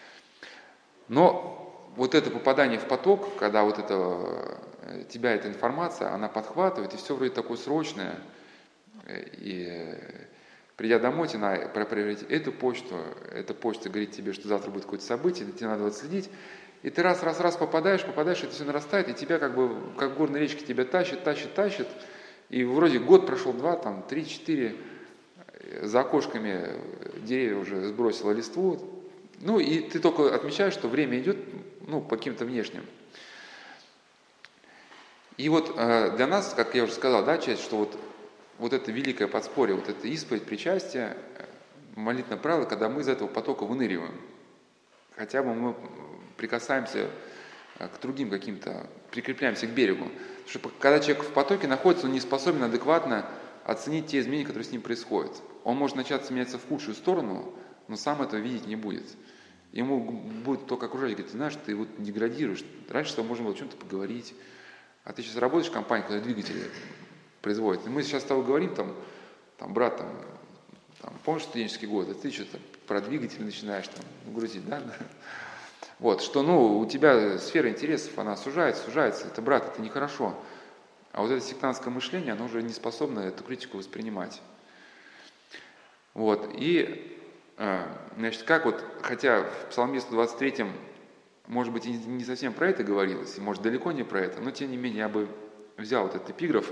Speaker 1: Но вот это попадание в поток, когда вот это, тебя эта информация, она подхватывает, и все вроде такое срочное, и придя домой, тебе надо проверить эту почту, эта почта говорит тебе, что завтра будет какое-то событие, тебе надо отследить, и ты раз, раз, раз попадаешь, попадаешь, это все нарастает, и тебя как бы, как в горной речке тебя тащит, тащит, тащит, и вроде год прошел, два, там, три, четыре, за окошками деревья уже сбросило листву, ну и ты только отмечаешь, что время идет, ну, по каким-то внешним. И вот э, для нас, как я уже сказал, да, часть, что вот, вот это великое подспорье, вот это исповедь, причастие, молитвенное правило, когда мы из этого потока выныриваем. Хотя бы мы прикасаемся к другим каким-то, прикрепляемся к берегу. Потому что когда человек в потоке находится, он не способен адекватно оценить те изменения, которые с ним происходят. Он может начать меняться в худшую сторону, но сам этого видеть не будет. И ему будет только окружать, говорит, ты знаешь, ты вот деградируешь. Раньше с тобой можно было о чем-то поговорить, а ты сейчас работаешь в компании, которая двигатели производит. И мы сейчас с тобой говорим, там, там брат, там, там, помнишь студенческий год, а ты что-то про двигатель начинаешь там грузить, да? Вот, что, ну, у тебя сфера интересов, она сужается, сужается, это, брат, это нехорошо. А вот это сектантское мышление, оно уже не способно эту критику воспринимать. Вот, и, значит, как вот, хотя в Псалме сто двадцать третьем, может быть, и не совсем про это говорилось, и, может, далеко не про это, но, тем не менее, я бы взял вот этот эпиграф.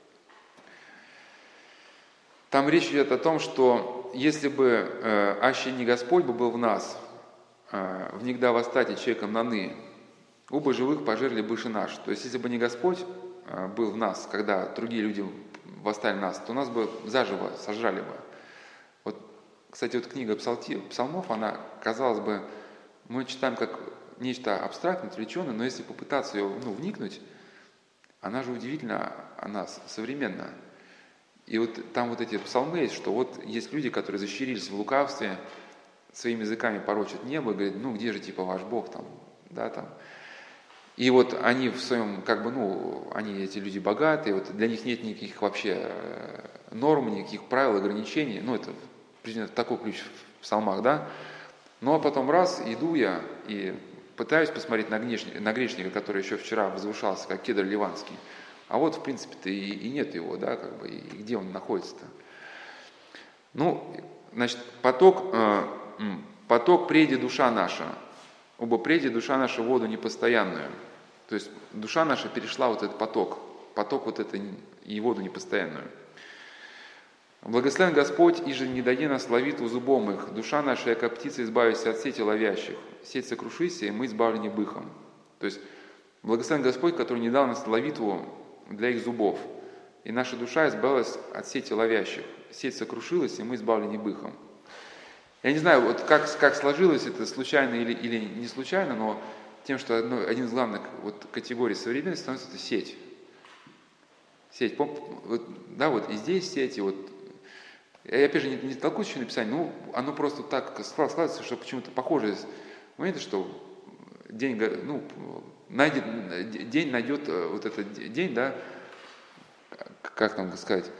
Speaker 1: Там речь идет о том, что если бы э, аще не Господь бы был в нас, э, внегда восстати человеком наны, оба живых пожерли быше наш. То есть, если бы не Господь э, был в нас, когда другие люди восстали в нас, то нас бы заживо сожрали бы. Вот, кстати, вот книга Псалти, Псалмов, она, казалось бы, мы читаем как нечто абстрактное, отвлеченное, но если попытаться ее, ну, вникнуть, она же удивительно, она современная. И вот там вот эти псалмы есть, что вот есть люди, которые защирились в лукавстве, своими языками порочат небо, говорят, ну где же типа ваш Бог там, да, там. И вот они в своем, как бы, ну, они, эти люди богатые, вот для них нет никаких вообще норм, никаких правил, ограничений, ну это примерно такой ключ в псалмах, да. Ну а потом раз, иду я и пытаюсь посмотреть на грешника, на грешника, который еще вчера возвышался, как кедр ливанский. А вот, в принципе-то, и, и нет его, да, как бы, и где он находится-то? Ну, значит, поток, э, поток преди душа наша, оба преди душа наша воду непостоянную. То есть душа наша перешла вот этот поток, поток вот это и воду непостоянную. Благословен Господь, иже не даде нас ловитву зубом их, душа наша, яко птица, избавится от сети ловящих, сеть сокрушися, и мы избавлены быхом. То есть благословен Господь, который не дал нас ловитву для их зубов. И наша душа избавилась от сети ловящих. Сеть сокрушилась, и мы избавлены быхом. Я не знаю, вот как, как сложилось это, случайно или, или не случайно, но тем, что одно, один из главных вот, категорий современности становится это сеть. Сеть. Вот, да, вот и здесь сеть, и вот. Я опять же не, не толкуюсь еще написание, ну, оно просто так складывается, что почему-то похоже. Момент, что день, ну, найдет, день найдет вот этот день, да, как там сказать,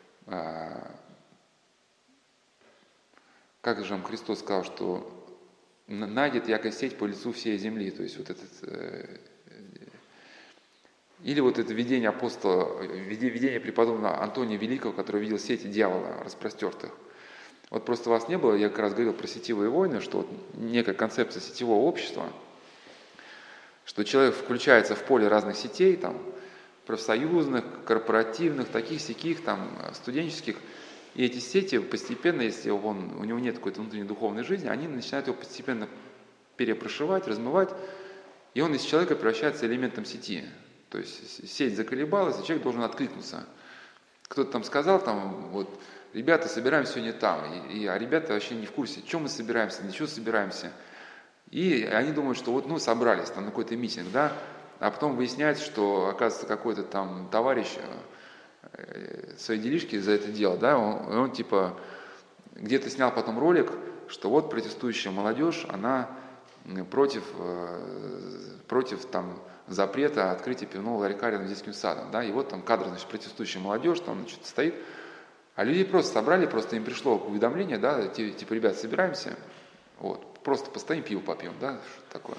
Speaker 1: как же вам Христос сказал, что найдет яко сеть по лицу всей земли, то есть вот этот, или вот это видение апостола, видение преподобного Антония Великого, который видел сети дьявола распростертых. Вот просто вас не было, я как раз говорил про сетевые войны, что вот некая концепция сетевого общества, что человек включается в поле разных сетей, там, профсоюзных, корпоративных, таких-сяких, там, студенческих, и эти сети постепенно, если он, у него нет какой-то внутренней духовной жизни, они начинают его постепенно перепрошивать, размывать, и он из человека превращается элементом сети. То есть сеть заколебалась, и человек должен откликнуться. Кто-то там сказал, там, вот, ребята, собираемся сегодня там, и, и, а ребята вообще не в курсе, чем мы собираемся, для чего собираемся. И они думают, что вот, ну, собрались там на какой-то митинг, да, а потом выясняется, что, оказывается, какой-то там товарищ свои делишки за это делал, да, он, он типа где-то снял потом ролик, что вот протестующая молодежь, она против, против там запрета открытия пивного ларька рядом с детским садом, да, и вот там кадр, значит, протестующая молодежь, там, значит, стоит, а людей просто собрали, просто им пришло уведомление, да, типа, ребят, собираемся, вот, просто постоим, пиво попьем, да, что такое.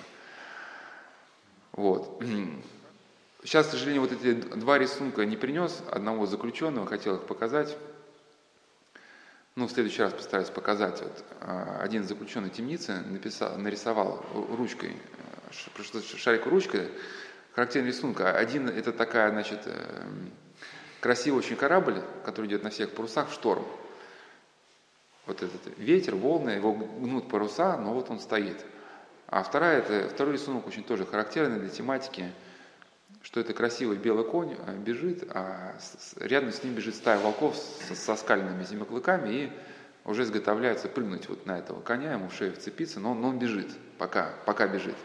Speaker 1: Вот. Сейчас, к сожалению, вот эти два рисунка не принес, одного заключенного, хотел их показать. Ну, в следующий раз постараюсь показать. Вот, один заключенный темницы написал, нарисовал ручкой, шариковой ручкой, характерный рисунок. Один, это такая, значит, красивый очень корабль, который идет на всех парусах в шторм. Вот этот ветер, волны, его гнут паруса, но вот он стоит. А вторая, это, второй рисунок очень тоже характерный для тематики, что это красивый белый конь бежит, а рядом с ним бежит стая волков со, со скальными зимоклыками и уже изготовляется прыгнуть вот на этого коня, ему в шею вцепиться, но он, но он бежит, пока, пока бежит.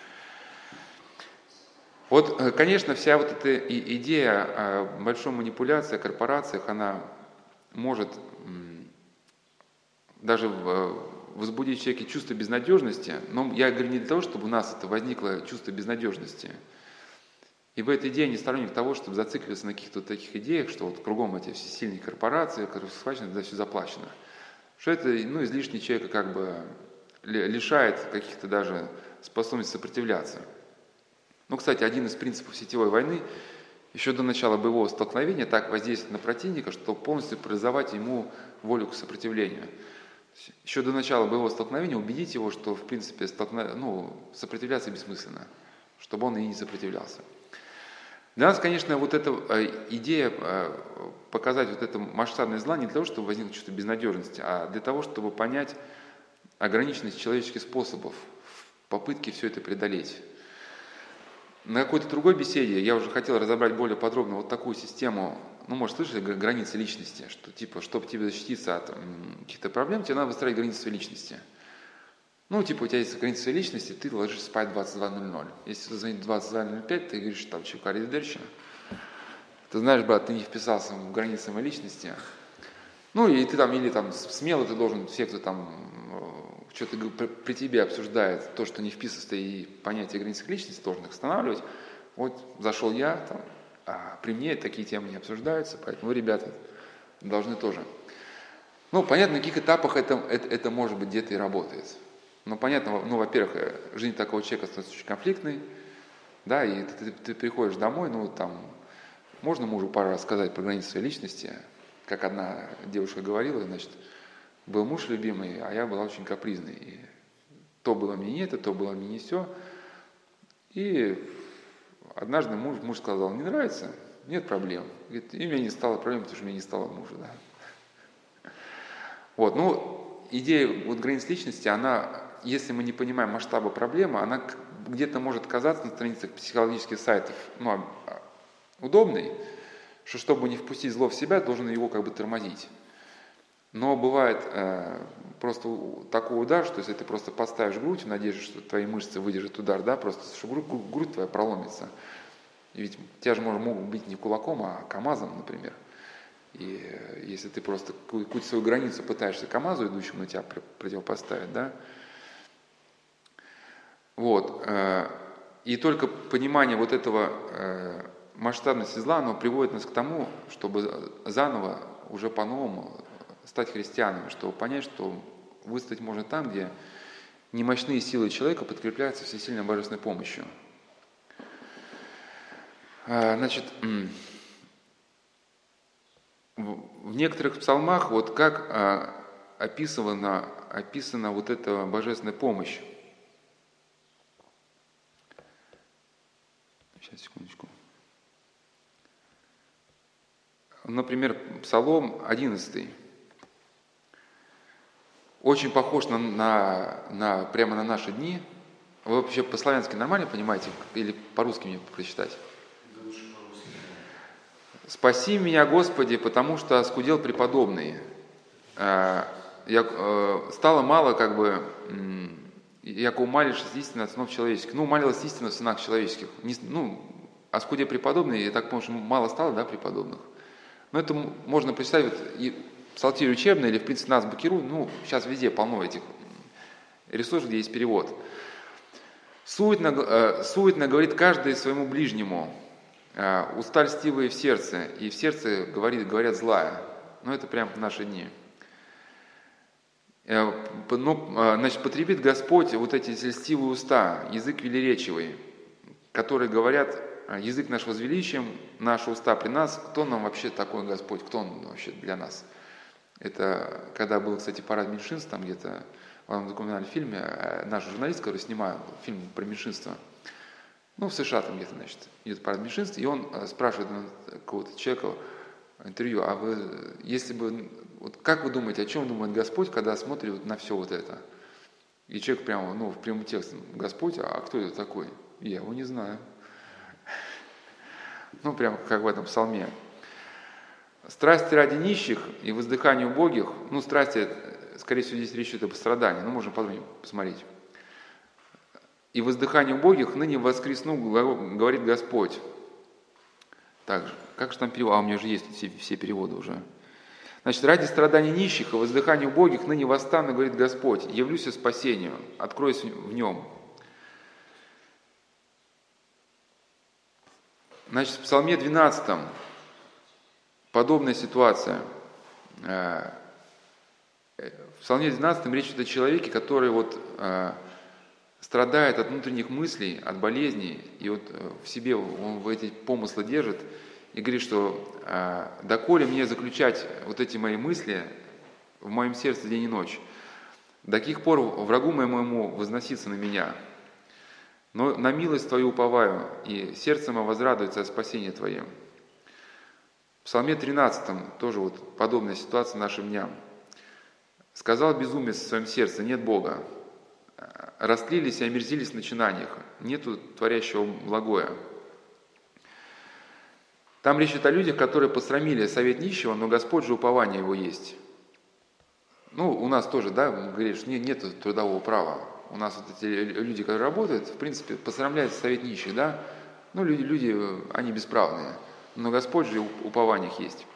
Speaker 1: Вот, конечно, вся вот эта идея о большой манипуляции, о корпорациях, она может даже в, возбудить в человеке чувство безнадежности, но я говорю не для того, чтобы у нас это возникло чувство безнадежности. И в этой идее не сторонник того, чтобы зацикливаться на каких-то таких идеях, что вот кругом эти все сильные корпорации, которые схвачены, да, все заплачено. Что это, ну, излишне человека как бы лишает каких-то даже способностей сопротивляться. Ну, кстати, один из принципов сетевой войны еще до начала боевого столкновения так воздействовать на противника, что полностью парализовать ему волю к сопротивлению. Еще до начала боевого столкновения убедить его, что, в принципе, столкнов... ну, сопротивляться бессмысленно, чтобы он и не сопротивлялся. Для нас, конечно, вот эта идея показать вот это масштабное зло не для того, чтобы возникло чувство безнадежности, а для того, чтобы понять ограниченность человеческих способов в попытке все это преодолеть. На какой-то другой беседе я уже хотел разобрать более подробно вот такую систему, ну, может, слышали, границы личности, что типа, чтобы тебе защититься от м, каких-то проблем, тебе надо выстраивать границы своей личности. Ну, типа, у тебя есть границы своей личности, ты ложишься спать в двадцать два ноль ноль. Если звонит двадцать два ноль пять, ты говоришь, там, чего, аривидерчи. Ты знаешь, брат, ты не вписался в границы моей личности. Ну, и ты там, или там смело ты должен, все, кто там что-то при тебе обсуждает, то, что не вписывается и понятие границ личности, должен их останавливать. Вот зашел я, там, а при мне такие темы не обсуждаются, поэтому вы, ребята, должны тоже. Ну, понятно, на каких этапах это, это, это может быть где-то и работает. Ну, понятно, ну, во-первых, жизнь такого человека становится очень конфликтной, да, и ты, ты, ты приходишь домой, ну, там, можно мужу пару раз сказать про границы своей личности, как одна девушка говорила, значит, был муж любимый, а я была очень капризной. И то было мне не это, то было мне не все. И однажды муж, муж сказал, не нравится? Нет проблем. Говорит, и у меня не стало проблем, потому что у меня не стало мужа. Да. Вот, ну, идея вот границ личности, она, если мы не понимаем масштаба проблемы, она где-то может казаться на страницах психологических сайтов, ну, удобной, что чтобы не впустить зло в себя, должен его как бы тормозить. Но бывает э, просто такой удар, что если ты просто подставишь грудь в надежде, что твои мышцы выдержат удар, да, просто что грудь, грудь твоя проломится. И ведь тебя же можно, могут бить не кулаком, а КамАЗом, например. И э, если ты просто какую-то свою границу пытаешься КамАЗу, идущему на тебя противопоставить, да, вот, э, и только понимание вот этого э, масштабности зла, оно приводит нас к тому, чтобы заново, уже по-новому стать христианами, чтобы понять, что выстоять можно там, где немощные силы человека подкрепляются всесильной божественной помощью. Значит, в некоторых псалмах вот как описана, описана вот эта божественная помощь. Сейчас, секундочку. Например, Псалом одиннадцатый. Очень похож на, на, на, прямо на наши дни. Вы вообще по-славянски нормально понимаете? Или по-русски мне прочитать?
Speaker 2: Да лучше по-русски.
Speaker 1: «Спаси меня, Господи, потому что оскудел преподобный». Я, стало мало, как бы, яко умалишься истинно от сынов человеческих. Ну, умалилась истина в сынах человеческих. Не, ну, оскудел преподобный, я так понимаю, что мало стало, да, преподобных. Но это можно представить, вот, и Псалтирь учебный или, в принципе, нас Бакиру, ну, сейчас везде полно этих ресурсов, где есть перевод. Суетно, э, суетно говорит каждый своему ближнему, э, уста льстивые в сердце, и в сердце говорит, говорят злая. Ну, это прям в наши дни. Э, ну, э, значит, потребит Господь вот эти льстивые уста, язык велеречивый, которые говорят, язык наш возвеличим, наши уста при нас. Кто нам вообще такой Господь? Кто Он вообще для нас? Это когда был, кстати, парад меньшинств, там где-то в одном документальном фильме, наш журналист, который снимал фильм про меньшинство, ну, в США там где-то, значит, идет парад меньшинств, и он спрашивает какого-то человека интервью, а вы, если бы, вот как вы думаете, о чем думает Господь, когда смотрит вот на все вот это? И человек прямо, ну, в прямом тексте, Господь, а кто это такой? Я его не знаю. Ну, прямо как в этом псалме. Страсти ради нищих и воздыхание убогих, ну, страсти, скорее всего, здесь речь идет об страдании, ну, можно подумать, посмотреть. И воздыхание убогих ныне воскресну, говорит Господь. Так же, как же там перевод? А у меня же есть все, все переводы уже. Значит, ради страданий нищих и воздыхания убогих ныне восстану, говорит Господь, явлюсь и спасению, откроюсь в нем. Значит, в Псалме двенадцатом подобная ситуация. В Псалме двенадцатом речь идет о человеке, который вот страдает от внутренних мыслей, от болезней, и вот в себе он эти помыслы держит, и говорит, что «доколе мне заключать вот эти мои мысли в моем сердце день и ночь, до каких пор врагу моему возноситься на меня? Но на милость Твою уповаю, и сердце мое возрадуется о спасении Твоем». В Псалме тринадцатом тоже вот подобная ситуация нашим дням. «Сказал безумец в своем сердце, нет Бога. Растлились и омерзились в начинаниях, нету творящего благое». Там речь идет о людях, которые посрамили совет нищего, но Господь же упование его есть. Ну, у нас тоже, да, говорит, что нет, нет трудового права. У нас вот эти люди, которые работают, в принципе, посрамляют совет нищих, да. Ну, люди, люди, они бесправные, но Господь же упование их есть.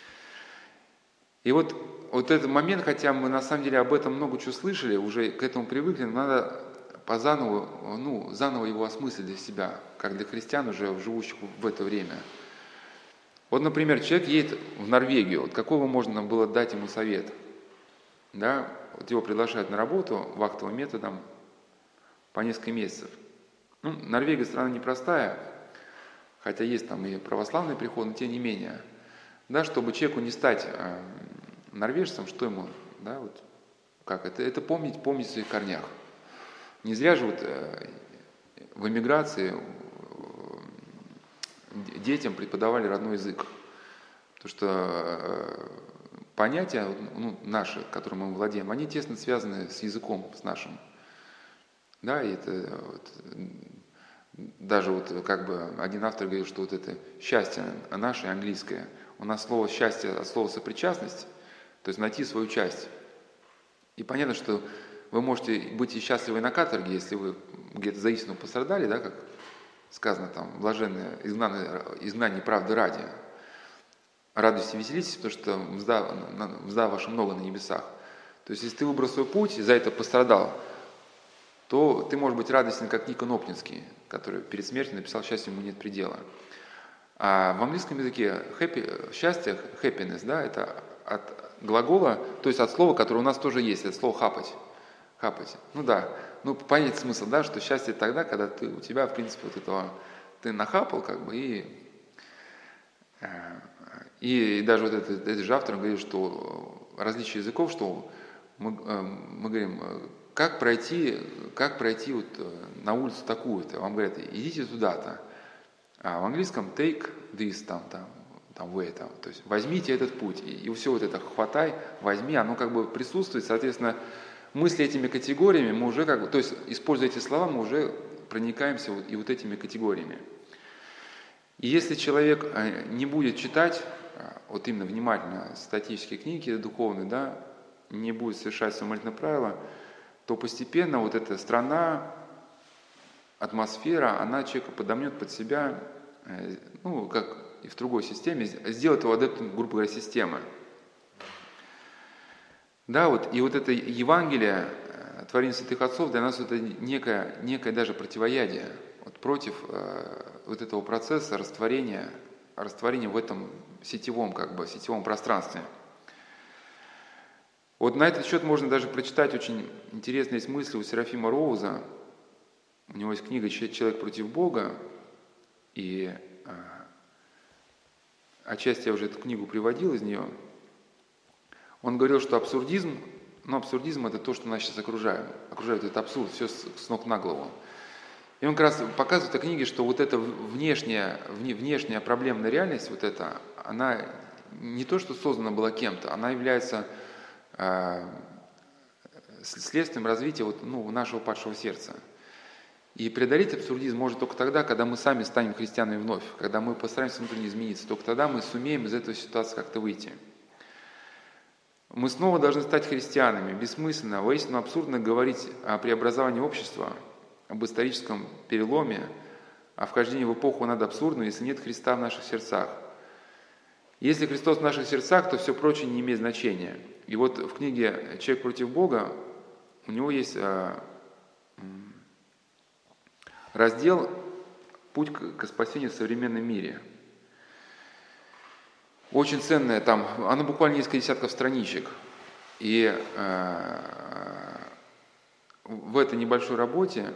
Speaker 1: И вот, вот этот момент, хотя мы на самом деле об этом много чего слышали, уже к этому привыкли, но надо по заново, ну, заново его осмыслить для себя, как для христиан, уже живущих в это время. Вот, например, человек едет в Норвегию, вот какого можно было дать ему совет? Да? Вот его приглашают на работу вахтовым методом по несколько месяцев. Ну, Норвегия страна непростая, хотя есть там и православный приход, но тем не менее. Да, чтобы человеку не стать э, норвежцем, что ему, да, вот, как это? Это помнить, помнить о своих корнях. Не зря же вот э, в эмиграции детям преподавали родной язык. Потому что понятия ну, наши, которыми мы владеем, они тесно связаны с языком, с нашим. Да, и это вот, даже вот как бы один автор говорил, что вот это счастье наше английское, у нас слово счастье от слова сопричастность, то есть найти свою часть. И понятно, что вы можете быть и счастливы на каторге, если вы где-то за истину пострадали, да, как сказано там, блаженные изгнание, изгнание правды ради. Радуйтесь и веселитесь, потому что мзда, мзда ваша много на небесах. То есть, если ты выбрал свой путь и за это пострадал, то ты можешь быть радостен, как Никон Оптинский, который перед смертью написал «Счастью ему нет предела». А в английском языке happy, счастье, happiness, да, это от глагола, то есть от слова, которое у нас тоже есть, это слово «хапать». Хапать. Ну да, ну понять смысл, да, что счастье тогда, когда ты, у тебя, в принципе, вот этого, ты нахапал, как бы, и, и, и даже вот этот, этот же автор говорит, что различие языков, что мы, мы говорим, как пройти, как пройти вот на улицу такую-то, вам говорят, идите туда-то, а в английском take this, там, там, там, way, там, то есть возьмите этот путь, и, и все вот это хватай, возьми, оно как бы присутствует, соответственно, мысли этими категориями, мы уже как бы, то есть, используя эти слова, мы уже проникаемся вот, и вот этими категориями. И если человек не будет читать, вот именно внимательно, статические книги духовные, да, не будет совершать самомолитное правило, то постепенно вот эта страна, атмосфера, она человека подомнет под себя, ну, как и в другой системе, сделает его адептом, грубо говоря, системы. Да, вот, и вот это Евангелие, творение святых отцов, для нас это некое, некое даже противоядие вот, против э, вот этого процесса растворения, растворения в этом сетевом, как бы, сетевом пространстве. Вот на этот счет можно даже прочитать очень интересные есть мысли у Серафима Роуза. У него есть книга «Человек против Бога», и э, отчасти я уже эту книгу приводил из нее. Он говорил, что абсурдизм, ну абсурдизм это то, что нас сейчас окружает, окружает этот абсурд, все с, с ног на голову. И он как раз показывает в этой книге, что вот эта внешняя, внешняя проблемная реальность, вот эта, она не то, что создана была кем-то, она является э, следствием развития вот, ну, нашего падшего сердца. И преодолеть абсурдизм может только тогда, когда мы сами станем христианами вновь, когда мы постараемся внутренне измениться, только тогда мы сумеем из этой ситуации как-то выйти. Мы снова должны стать христианами. Бессмысленно, воистину абсурдно говорить о преобразовании общества, об историческом переломе, о вхождении в эпоху над абсурдным, если нет Христа в наших сердцах. Если Христос в наших сердцах, то все прочее не имеет значения. И вот в книге «Человек против Бога» у него есть раздел «Путь к спасению в современном мире». Очень ценное там, оно буквально несколько десятков страничек. И э, в этой небольшой работе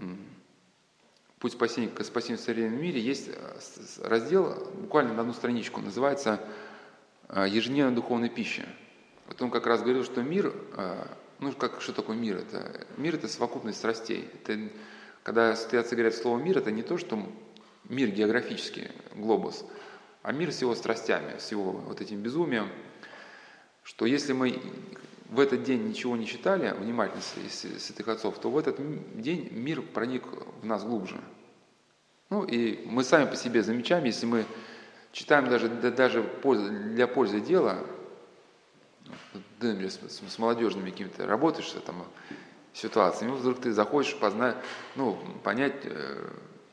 Speaker 1: «Путь спасения к спасению в современном мире» есть раздел, буквально на одну страничку, называется «Ежедневная духовная пища». Вот он как раз говорил, что мир, ну как, что такое мир? Это, мир – это совокупность страстей. Это, когда святые говорят слово «мир», это не то, что мир географический, глобус, а мир с его страстями, с его вот этим безумием, что если мы в этот день ничего не читали внимательно из святых отцов, то в этот день мир проник в нас глубже. Ну и мы сами по себе замечаем, если мы читаем даже, даже для пользы дела, ты, например, с молодежными какими-то работаешь там ситуациями, вдруг ты захочешь познать, ну, понять э,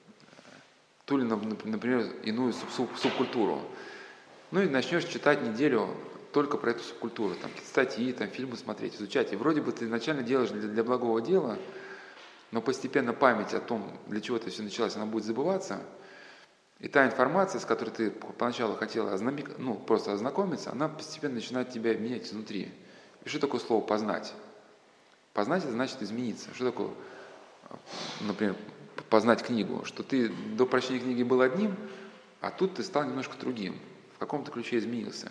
Speaker 1: ту или, например, иную суб -суб субкультуру. Ну и начнешь читать неделю только про эту субкультуру, там, статьи, там, фильмы смотреть, изучать. И вроде бы ты изначально делаешь для, для благого дела, но постепенно память о том, для чего это все началось, она будет забываться. И та информация, с которой ты поначалу хотела ознаком... ну, просто ознакомиться, она постепенно начинает тебя менять изнутри. И что такое слово «познать»? Познать – это значит измениться. Что такое, например, познать книгу? Что ты до прочтения книги был одним, а тут ты стал немножко другим, в каком-то ключе изменился.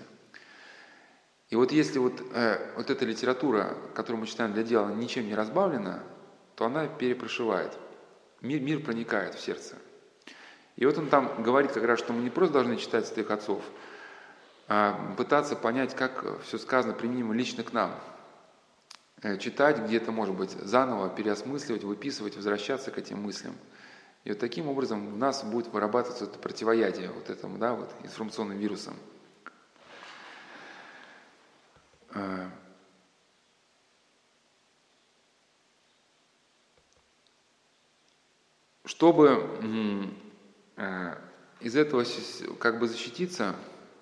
Speaker 1: И вот если вот, э, вот эта литература, которую мы читаем для дела, ничем не разбавлена, то она перепрошивает. Мир, мир проникает в сердце. И вот он там говорит как раз, что мы не просто должны читать святых отцов, а пытаться понять, как все сказано применимо лично к нам. Читать где-то, может быть, заново, переосмысливать, выписывать, возвращаться к этим мыслям. И вот таким образом в нас будет вырабатываться это противоядие вот этому, да, вот информационным вирусам. Чтобы из этого как бы защититься,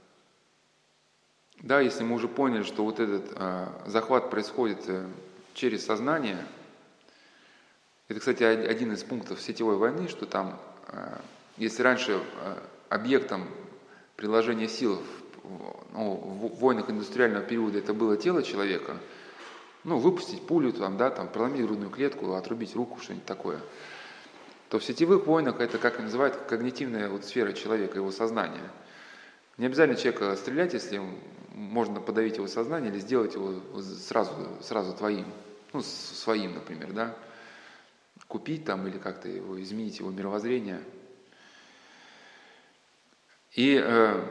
Speaker 1: да, если мы уже поняли, что вот этот захват происходит через сознание, это, кстати, один из пунктов сетевой войны, что там, если раньше объектом приложения сил ну, в войнах индустриального периода это было тело человека, ну, выпустить пулю, там, да, там, проломить грудную клетку, отрубить руку, что-нибудь такое, то в сетевых войнах это, как и называют, когнитивная вот сфера человека, его сознания. Не обязательно человека стрелять, если можно подавить его сознание или сделать его сразу, сразу твоим, ну, своим, например, да, купить там или как-то его, изменить его мировоззрение. И э,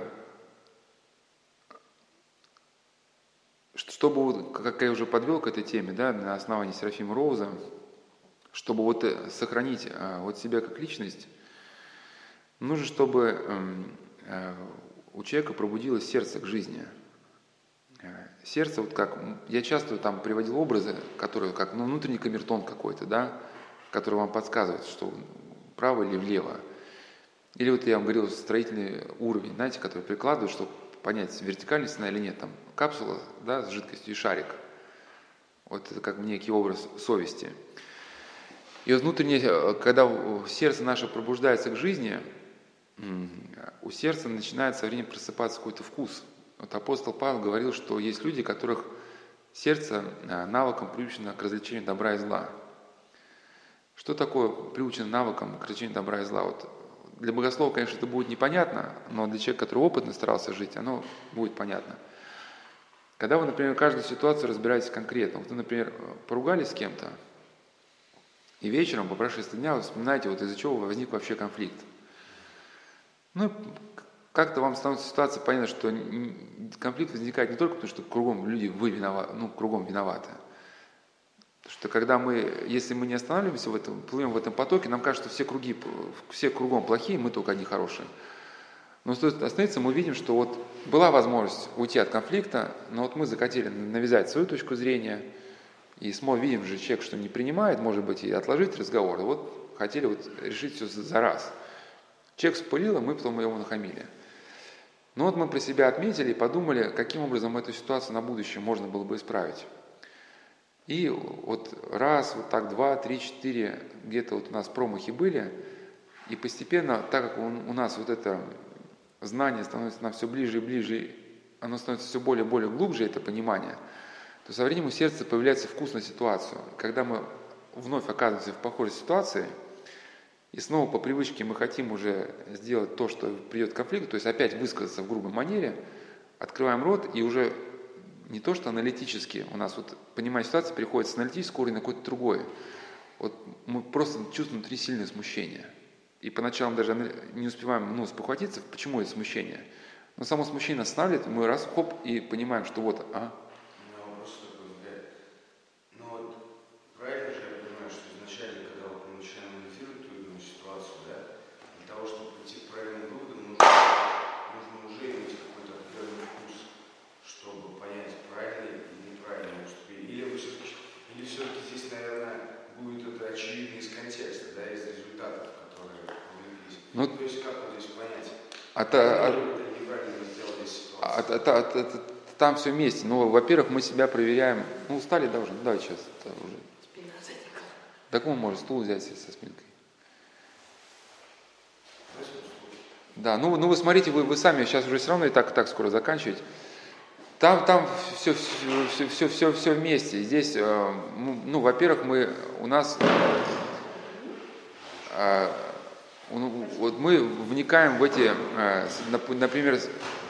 Speaker 1: чтобы, как я уже подвел к этой теме, да, на основании Серафима Роуза, чтобы вот сохранить вот себя как личность, нужно, чтобы у человека пробудилось сердце к жизни. Сердце, вот как, я часто там приводил образы, которые как ну, внутренний камертон какой-то, да, который вам подсказывает, что вправо или влево. Или вот я вам говорил, строительный уровень, знаете, который прикладывают, чтобы понять, вертикальность она или нет, там капсула, да, с жидкостью и шарик. Вот это как некий образ совести. И вот внутреннее, когда сердце наше пробуждается к жизни, у сердца начинает со временем просыпаться какой-то вкус. Вот апостол Павел говорил, что есть люди, которых сердце навыком приучено к развлечению добра и зла. Что такое приучено навыком к развлечению добра и зла? Вот для богослова, конечно, это будет непонятно, но для человека, который опытно старался жить, оно будет понятно. Когда вы, например, каждую ситуацию разбираетесь конкретно, вот вы, например, поругались с кем-то, и вечером, по прошествии дня, вы вспоминаете, вот из-за чего возник вообще конфликт. Ну, как-то вам становится ситуация понятна, что конфликт возникает не только потому, что кругом люди вы виноваты, ну, кругом виноваты. Потому что когда мы, если мы не останавливаемся в этом, плывем в этом потоке, нам кажется, что все круги, все кругом плохие, мы только одни хорошие. Но стоит остановиться, мы видим, что вот была возможность уйти от конфликта, но вот мы захотели навязать свою точку зрения, и смотрим, видим же, человек, что не принимает, может быть, и отложить разговор. И вот хотели вот решить все за раз. Человек вспылил, а мы потом его нахамили. Но вот мы про себя отметили и подумали, каким образом эту ситуацию на будущее можно было бы исправить. И вот раз, вот так, два, три, четыре, где-то вот у нас промахи были, и постепенно, так как у нас вот это знание становится нам все ближе и ближе, оно становится все более и более глубже, это понимание, то со временем у сердца появляется вкус на ситуацию. Когда мы вновь оказываемся в похожей ситуации, и снова по привычке мы хотим уже сделать то, что придет к конфликту, то есть опять высказаться в грубой манере, открываем рот, и уже не то, что аналитически у нас вот понимание ситуации переходит с аналитического уровня на какой-то другой. Вот мы просто чувствуем внутри сильное смущение. И поначалу даже не успеваем ну, спохватиться, почему это смущение. Но само смущение останавливает, мы раз, хоп, и понимаем, что вот, а.
Speaker 2: У меня вопрос такой, взгляд. Ну вот, правильно же я понимаю, что изначально, когда вот мы начинаем анализировать ту или иную ситуацию, да, для того, чтобы прийти к правильным выводам, нужно, нужно уже иметь какой-то определенный вкус, чтобы понять, правильно или неправильно поступили. Или вы все-таки, или все-таки здесь, наверное, будет это очевидно из контекста, да, из результатов, которые вывелись.
Speaker 1: Ну,
Speaker 2: то есть как вот здесь понять?
Speaker 1: от, от,
Speaker 2: Неправильно сделали ситуацию.
Speaker 1: от, от, от, от, от, там все вместе. Ну, во-первых, мы себя проверяем. Ну, устали, да, уже? Да, сейчас. Да, уже. Так он может стул взять со спинкой. Да, ну, ну вы смотрите, вы, вы сами сейчас уже все равно и так, и так скоро заканчиваете. Там, там все, все, все, все, все вместе. Здесь, э, ну, во-первых, мы, у нас, э, вот мы вникаем в эти, э, например,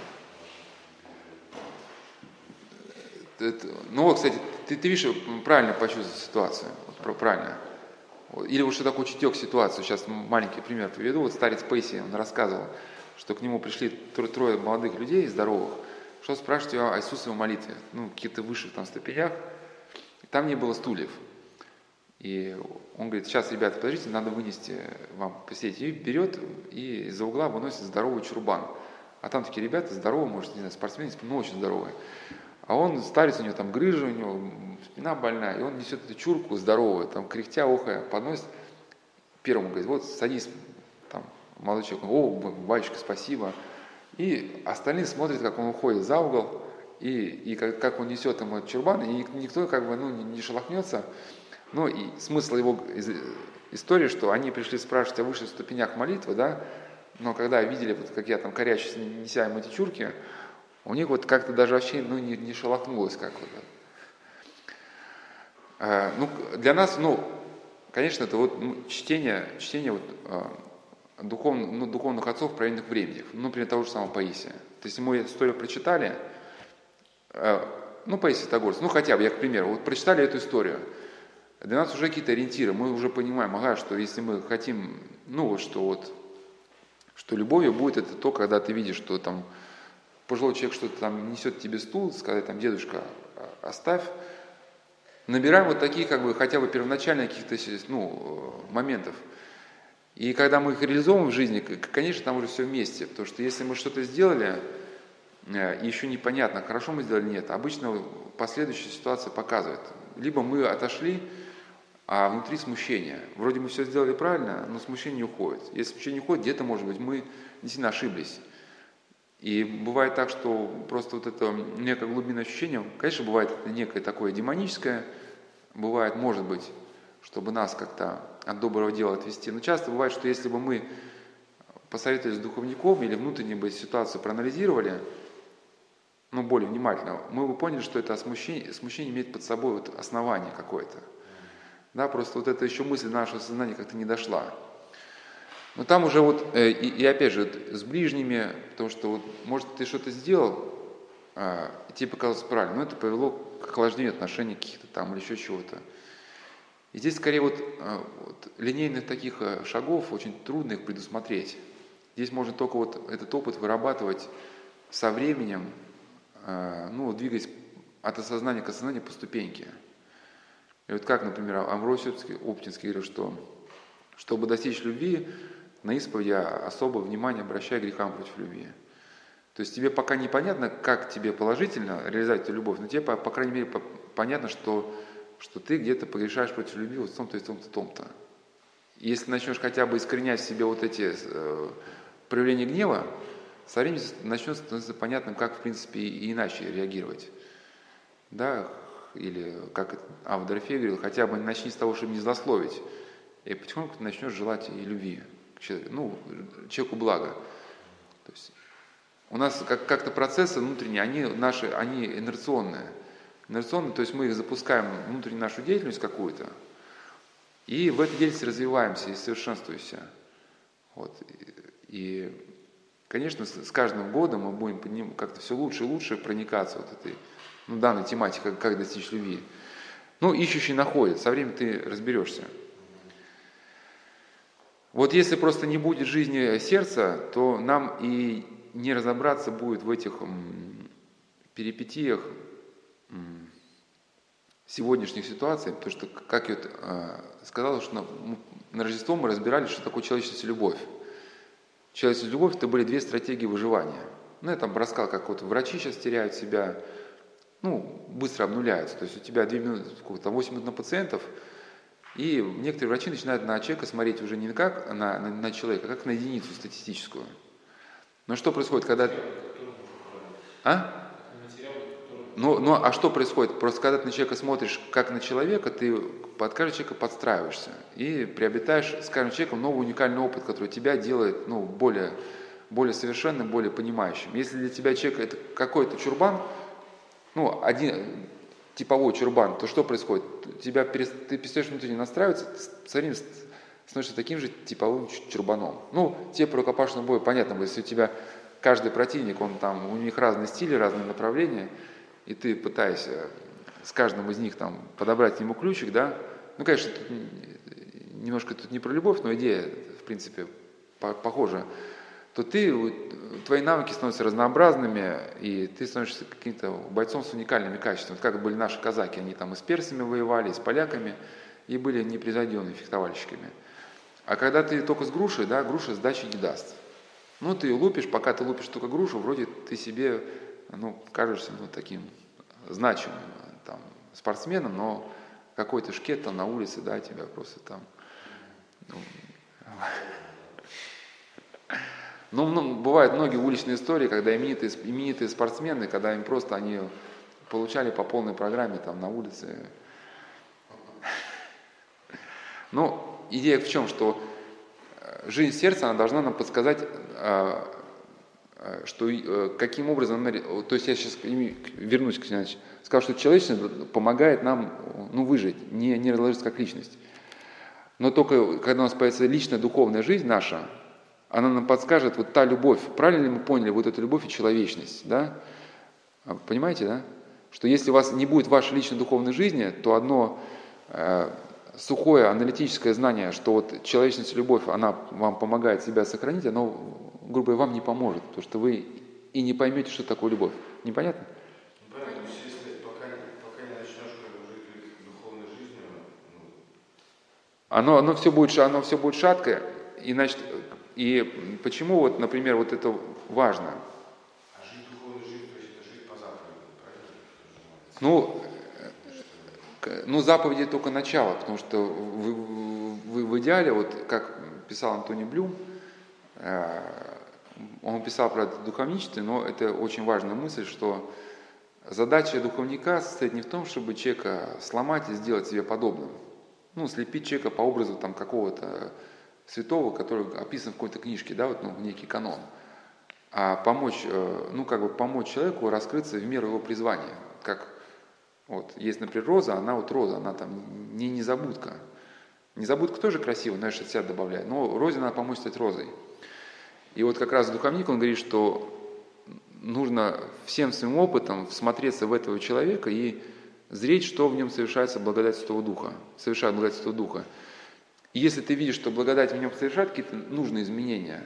Speaker 1: ну вот, кстати, ты, ты видишь, правильно почувствовал ситуацию, правильно. Или вот что такое чутье к ситуации. Сейчас маленький пример приведу. Вот старец Пейси, он рассказывал, что к нему пришли трое молодых людей, здоровых, что спрашивать о Иисусовой молитве, ну, каких-то высших там ступенях. Там не было стульев. И он говорит, сейчас, ребята, подождите, надо вынести вам посидеть. И берет, и из-за угла выносит здоровый чурбан. А там такие ребята здоровые, может, не знаю, спортсмены, но очень здоровые. А он, старец, у него там грыжа, у него спина больная, и он несет эту чурку здоровую, там, кряхтя, охая, подносит. Первому говорит, вот, садись, там, молодой человек, о, батюшка, спасибо. И остальные смотрят, как он уходит за угол, и, и как, как он несет ему этот чурбан, и никто как бы ну, не, не шелохнется. Ну и смысл его из, истории, что они пришли спрашивать о высших ступенях молитвы, да, но когда видели, вот, как я там корячусь, неся им эти чурки, у них вот как-то даже вообще ну, не, не шелохнулось как вот. А, ну, для нас, ну, конечно, это вот ну, чтение, чтение вот, а, духов, ну, духовных отцов правильных времени, ну, например, того же самого Паисия. То есть мы эту историю прочитали, а, ну, Паисий Тогорцев, ну, хотя бы, я, к примеру, вот прочитали эту историю, для нас уже какие-то ориентиры, мы уже понимаем, ага, что если мы хотим, ну, вот что вот, что любовью будет это то, когда ты видишь, что там пожилой человек что-то там несет тебе стул, сказать там, дедушка, оставь. Набираем вот такие, как бы, хотя бы первоначальные каких-то, ну, моментов. И когда мы их реализовываем в жизни, конечно, там уже все вместе. Потому что если мы что-то сделали, и еще непонятно, хорошо мы сделали, нет. Обычно последующая ситуация показывает. Либо мы отошли, а внутри смущение. Вроде мы все сделали правильно, но смущение не уходит. Если смущение не уходит, где-то, может быть, мы действительно ошиблись. И бывает так, что просто вот это некое глубинное ощущение, конечно, бывает некое такое демоническое, бывает, может быть, чтобы нас как-то от доброго дела отвести. Но часто бывает, что если бы мы посоветовались с духовником или внутренне бы ситуацию проанализировали, ну, более внимательно, мы бы поняли, что это смущение, смущение имеет под собой вот основание какое-то. Да, просто вот эта еще мысль нашего сознания как-то не дошла. Но там уже вот, э, и, и опять же, с ближними, потому что вот, может, ты что-то сделал, э, и тебе показалось правильно, но это повело к охлаждению отношений каких-то там или еще чего-то. И здесь скорее вот, э, вот линейных таких э, шагов очень трудно их предусмотреть. Здесь можно только вот этот опыт вырабатывать со временем, э, ну, двигаясь от осознания к осознанию по ступеньке. И вот как, например, Амвросий Оптинский говорил, что чтобы достичь любви, на исповеди особое внимание обращай к грехам против любви. То есть тебе пока непонятно, как тебе положительно реализовать эту любовь, но тебе, по, по крайней мере, по, понятно, что, что ты где-то погрешаешь против любви вот в том-то и в том-то, том-то. И если начнешь хотя бы искоренять в себе вот эти э, проявления гнева, со временем начнет становиться понятным, как, в принципе, и иначе реагировать. Да, или, как Ава Дорофея говорил, хотя бы начни с того, чтобы не злословить, и потихоньку ты начнешь желать и любви к человеку, ну, человеку блага. То есть у нас как- как-то процессы внутренние, они наши, они инерционные. Инерционные, то есть мы их запускаем, внутреннюю нашу деятельность какую-то, и в этой деятельности развиваемся и совершенствуемся. Вот. И, конечно, с с каждым годом мы будем подним- как-то все лучше и лучше проникаться вот этой, ну, данной тематикой, как, как достичь любви. Ну, ищущий находит, со временем ты разберешься. Вот если просто не будет жизни сердца, то нам и не разобраться будет в этих м, перипетиях м, сегодняшних ситуаций, потому что, как я вот, э, сказал, что на, м, на Рождество мы разбирали, что такое человеческая любовь. Человеческая любовь – это были две стратегии выживания. Ну, я там рассказал, как вот врачи сейчас теряют себя, ну, быстро обнуляются. То есть у тебя две минуты, сколько там, восемь минут на пациентов, и некоторые врачи начинают на человека смотреть уже не как на, на, на человека, а как на единицу статистическую. Но что происходит, когда... А? Ну, ну, а что происходит? Просто когда ты на человека смотришь как на человека, ты под каждого человека подстраиваешься и приобретаешь с каждым человеком новый уникальный опыт, который тебя делает, ну, более, более совершенным, более понимающим. Если для тебя человек это какой-то чурбан, ну, один типовой чурбан, то что происходит? Тебя, перес- ты перестаешь внутренне настраиваться, ты со временем становишься таким же типовым чу- чурбаном. Ну, те по рукопашному бою, понятно, если у тебя каждый противник, он там, у них разные стили, разные направления, и ты пытаешься с каждым из них там подобрать к нему ключик, да, ну, конечно, тут немножко тут не про любовь, но идея, в принципе, по- похожа, то ты, твои навыки становятся разнообразными, и ты становишься каким-то бойцом с уникальными качествами. Вот как были наши казаки, они там и с персами воевали, и с поляками, и были непревзойденными фехтовальщиками. А когда ты только с грушей, да, груша сдачи не даст. Ну, ты ее лупишь, пока ты лупишь только грушу, вроде ты себе, ну, кажешься, ну, таким значимым там спортсменом, но какой-то шкет там на улице, да, тебя просто там, ну, ну, ну, бывают многие уличные истории, когда именитые, именитые спортсмены, когда им просто они получали по полной программе там на улице. Но идея в чем, что жизнь сердца, она должна нам подсказать, что каким образом, то есть я сейчас вернусь к значит, сказал, что человечность помогает нам, ну, выжить, не, не разложиться как личность. Но только когда у нас появится личная духовная жизнь наша, она нам подскажет, вот та любовь, правильно ли мы поняли, вот эту любовь и человечность, да? Понимаете, да? Что если у вас не будет вашей личной духовной жизни, то одно э, сухое аналитическое знание, что вот человечность и любовь, она вам помогает себя сохранить, оно, грубо говоря, вам не поможет, потому что вы и не поймете, что такое любовь. Непонятно?
Speaker 2: Понятно, то есть если пока, пока не начнешь как бы жить духовной жизнью, ну,
Speaker 1: Оно, оно, все будет, оно все будет шаткое, и, значит, и почему, вот, например, вот это важно?
Speaker 2: а жить духовной жизнью, то есть это жить по заповедям, правильно?
Speaker 1: Ну, к- ну, заповеди только начало, потому что в, в- в идеале, вот как писал Антоний Блюм, э, он писал про духовничество, но это очень важная мысль, что задача духовника состоит не в том, чтобы человека сломать и сделать себе подобным, ну, слепить человека по образу там какого-то святого, который описан в какой-то книжке, да, вот, ну, некий канон, а помочь, э, ну, как бы помочь человеку раскрыться в меру его призвания. Как вот есть, например, роза, она вот роза, она там не незабудка. Незабудка тоже красивая, но я сейчас от себя добавляю, но розе надо помочь стать розой. И вот как раз духовник, он говорит, что нужно всем своим опытом всмотреться в этого человека и зреть, что в нем совершается благодать Святого Духа, совершает благодать Святого Духа. И если ты видишь, что благодать в нем совершает какие-то нужные изменения,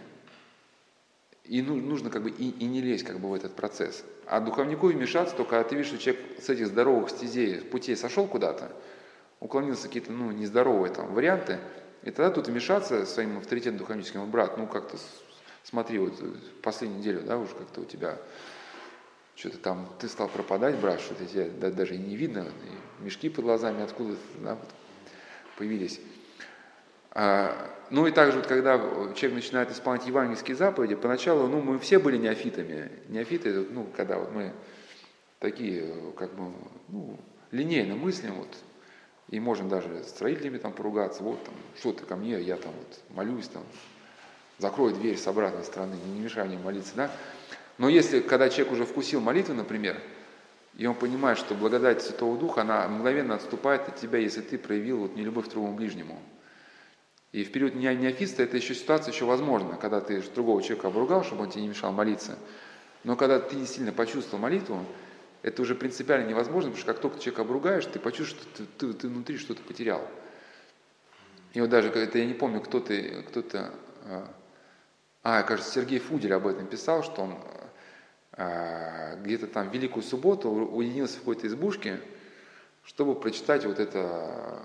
Speaker 1: и ну- нужно как бы и, и не лезть как бы в этот процесс. А духовнику вмешаться только, когда ты видишь, что человек с этих здоровых стезей, путей сошел куда-то, уклонился в какие-то, ну, нездоровые там варианты, и тогда тут вмешаться своим авторитетом духовническим, вот, брат, ну как-то с- смотри, вот последнюю неделю, да, уже как-то у тебя что-то там, ты стал пропадать, брат, что-то тебе да- даже и не видно, и мешки под глазами откуда да, вот появились. А, ну и также, вот, когда человек начинает исполнять евангельские заповеди, поначалу, ну, мы все были неофитами. Неофиты, ну, когда вот мы такие, как бы, ну, линейно мыслим, вот, и можем даже с родителями там поругаться, вот, там, что ты ко мне, я там вот молюсь, там, закрой дверь с обратной стороны, не мешай мне молиться, да. Но если, когда человек уже вкусил молитву, например, и он понимает, что благодать Святого Духа, она мгновенно отступает от тебя, если ты проявил вот нелюбовь к другому ближнему. И в период неофиста это еще ситуация еще возможна, когда ты другого человека обругал, чтобы он тебе не мешал молиться. Но когда ты сильно почувствовал молитву, это уже принципиально невозможно, потому что как только человека обругаешь, ты почувствуешь, что ты, ты, ты внутри что-то потерял. И вот даже, это я не помню, кто-то, кто-то, а, кажется, Сергей Фудель об этом писал, что он а, где-то там в Великую Субботу уединился в какой-то избушке, чтобы прочитать вот это,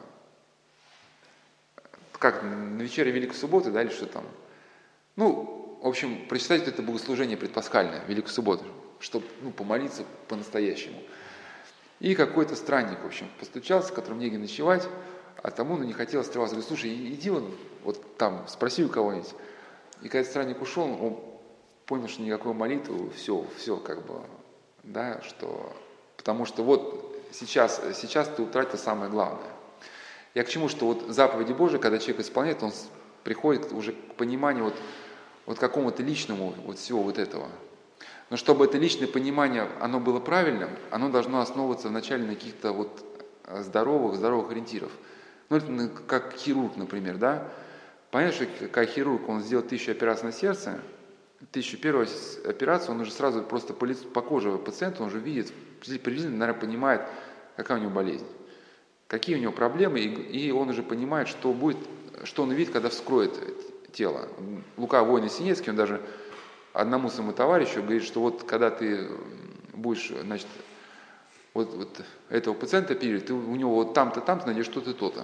Speaker 1: как на вечере Великой Субботы, да, или что там. Ну, в общем, прочитать вот это богослужение предпасхальное, Великую Субботу, чтобы, ну, помолиться по-настоящему. И какой-то странник, в общем, постучался, которому негде ночевать, а тому, ну, не хотел оставаться. Говорит, слушай, иди вон, вот там, спроси у кого-нибудь. И когда странник ушел, он понял, что никакой молитвы, все, все как бы, да, что... Потому что вот сейчас, сейчас ты утратил самое главное. Я к чему, что вот заповеди Божии, когда человек исполняет, он приходит уже к пониманию вот, вот какому-то личному вот всего вот этого. Но чтобы это личное понимание, оно было правильным, оно должно основываться вначале на каких-то вот здоровых, здоровых ориентиров. Ну, это как хирург, например, да. Понятно, что как хирург, он сделал тысячу операций на сердце, тысячу первую операцию, он уже сразу просто по, лицу, по коже пациента, он уже видит, приблизительно, наверное, понимает, какая у него болезнь, какие у него проблемы, и, и он уже понимает, что будет, что он увидит, когда вскроет тело. Лука Воин-Синецкий, он даже одному своему товарищу говорит, что вот когда ты будешь, значит, вот, вот этого пациента оперировать, ты у него вот там-то, там-то найдешь что-то, то-то.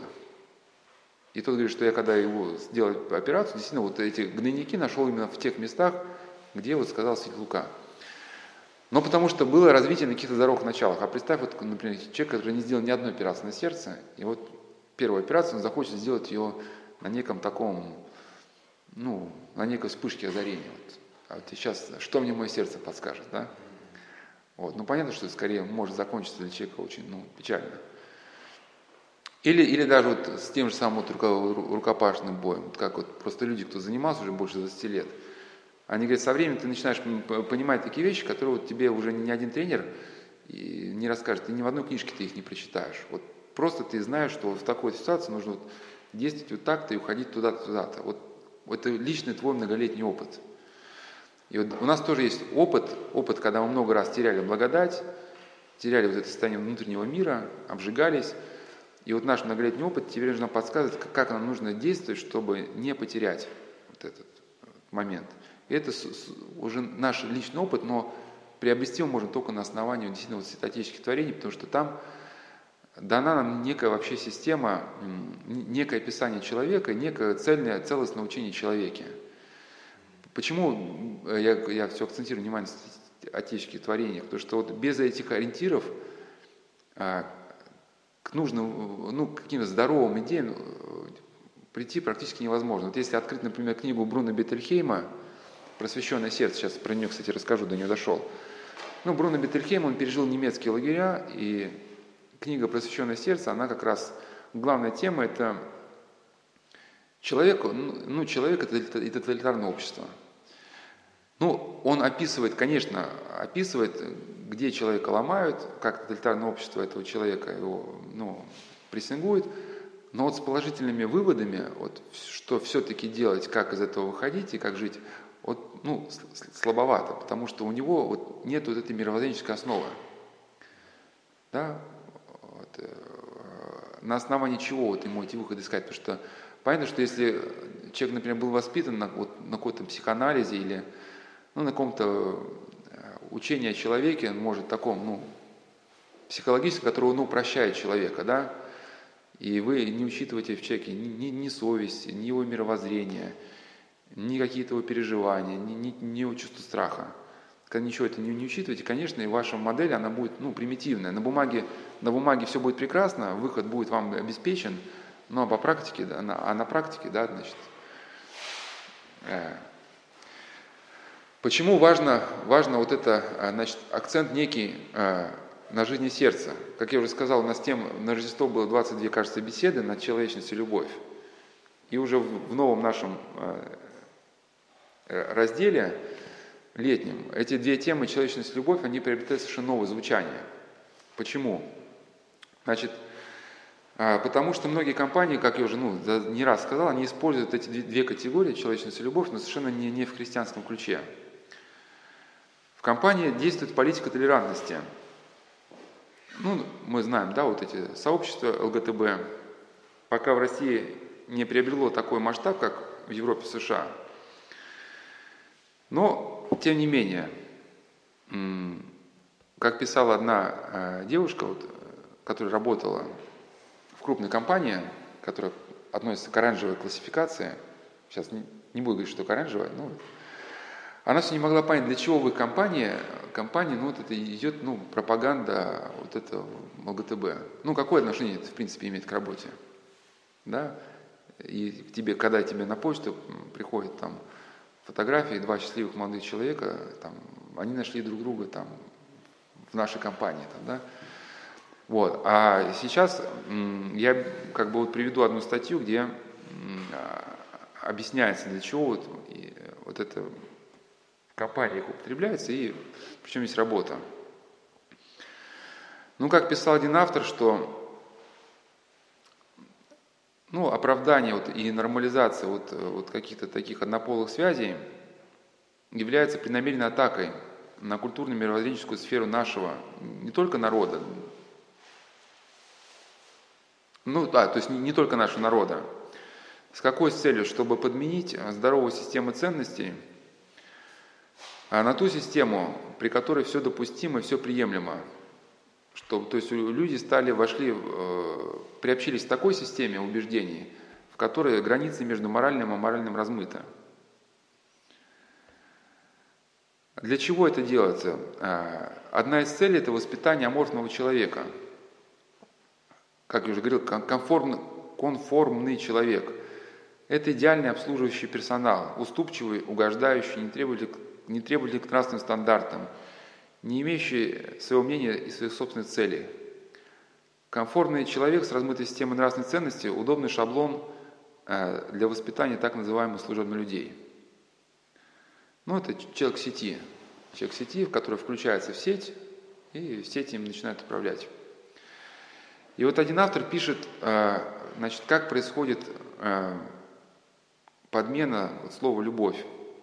Speaker 1: И тот говорит, что я когда его сделал операцию, действительно вот эти гнойники нашел именно в тех местах, где вот сказал святитель Лука. Но потому что было развитие на каких-то здоровых началах. А представь, вот, например, человек, который не сделал ни одной операции на сердце, и вот первую операцию он захочет сделать ее на неком таком, ну, на некой вспышке озарения. Вот. А вот сейчас, что мне мое сердце подскажет, да? Вот. Ну, понятно, что это скорее может закончиться для человека очень, ну, печально. Или, или даже вот с тем же самым вот рукопашным боем, вот как вот просто люди, кто занимался уже больше двадцати лет, они говорят, со временем ты начинаешь понимать такие вещи, которые вот тебе уже ни один тренер не расскажет, и ни в одной книжке ты их не прочитаешь. Вот просто ты знаешь, что вот в такой ситуации нужно вот действовать вот так-то и уходить туда-то, туда-то. Вот, вот это личный твой многолетний опыт. И вот у нас тоже есть опыт, опыт, когда мы много раз теряли благодать, теряли вот это состояние внутреннего мира, обжигались. И вот наш многолетний опыт теперь нам подсказывает, как нам нужно действовать, чтобы не потерять вот этот момент. И это уже наш личный опыт, но приобрести его можно только на основании действительно вот святоотеческих творений, потому что там дана нам некая вообще система, некое описание человека, некое цельное, целостное учение о человеке. Почему я, я все акцентирую внимание на отеческих творениях? Потому что вот без этих ориентиров к нужным, ну, к каким-то здоровым идеям прийти практически невозможно. Вот если открыть, например, книгу Бруно Беттельхейма «Просвещенное сердце», сейчас про нее, кстати, расскажу, до нее дошел. Ну, Бруно Беттельхейм, он пережил немецкие лагеря, и книга «Просвещенное сердце», она как раз, главная тема – это человек, ну, человек – это тоталитарное общество. Ну, он описывает, конечно, описывает, где человека ломают, как тоталитарное общество этого человека его, ну, прессингует, но вот с положительными выводами, вот, что все-таки делать, как из этого выходить и как жить, вот, ну, слабовато, потому что у него вот нет вот этой мировоззренческой основы. Да? Вот, э, на основании чего вот ему эти выходы искать? Потому что понятно, что если человек, например, был воспитан на, вот, на какой-то психоанализе или ну, на каком-то учении о человеке, может таком, ну, психологическом, которое, ну, упрощает человека, да, и вы не учитываете в человеке ни, ни, ни совесть, ни его мировоззрение, ни какие-то его переживания, ни, ни, ни его чувство страха. Когда ничего это не, не учитываете, конечно, и ваша модель, она будет, ну, примитивная. На бумаге, на бумаге все будет прекрасно, выход будет вам обеспечен, Ну, а по практике, да, на, а на практике, да, значит, э, почему важно, важно вот это, значит, акцент некий э, на жизни сердца. Как я уже сказал, у нас тема на Рождество было двадцать две, кажется, беседы над человечность и любовь. И уже в, в новом нашем э, разделе, летнем, эти две темы, человечность и любовь, они приобретают совершенно новое звучание. Почему? Значит, потому что многие компании, как я уже ну, не раз сказал, они используют эти две категории, человечность и любовь, но совершенно не, не в христианском ключе. В компании действует политика толерантности. Ну, мы знаем, да, вот эти сообщества ЛГТБ, пока в России не приобрело такой масштаб, как в Европе, США. Но, тем не менее, как писала одна девушка, вот, которая работала в крупной компании, которая относится к оранжевой классификации, сейчас не, не буду говорить, что к оранжевой, но она все не могла понять, для чего в их компании, компании ну, вот это идет ну, пропаганда вот этого ЛГТБ. Ну, какое отношение это, в принципе, имеет к работе? Да? И к тебе, когда тебе на почту приходят там фотографии, два счастливых молодых человека, там, они нашли друг друга там, в нашей компании. Там, да? Вот. А сейчас м, я как бы вот приведу одну статью, где м, объясняется, для чего вот, и, вот эта компания употребляется, и причем есть работа. Ну, как писал один автор, что ну, оправдание вот, и нормализация вот, вот каких-то таких однополых связей является преднамеренной атакой на культурно-мировоззренческую сферу нашего, не только народа, ну да, то есть не, не только нашего народа. С какой целью? Чтобы подменить здоровую систему ценностей на ту систему, при которой все допустимо и все приемлемо. Чтобы, то есть люди стали, вошли, приобщились к такой системе убеждений, в которой границы между моральным и аморальным размыты. Для чего это делается? Одна из целей – это воспитание аморфного человека. Как я уже говорил, конформ, конформный человек. Это идеальный обслуживающий персонал, уступчивый, угождающий, не требовательный, не требовательный к нравственным стандартам, не имеющий своего мнения и своих собственных целей. Комфортный человек с размытой системой нравственных ценностей – удобный шаблон для воспитания так называемых служебных людей. Ну, это человек сети. Человек сети, в который включается в сеть, и в сети им начинают управлять. И вот один автор пишет, значит, как происходит подмена слова «любовь».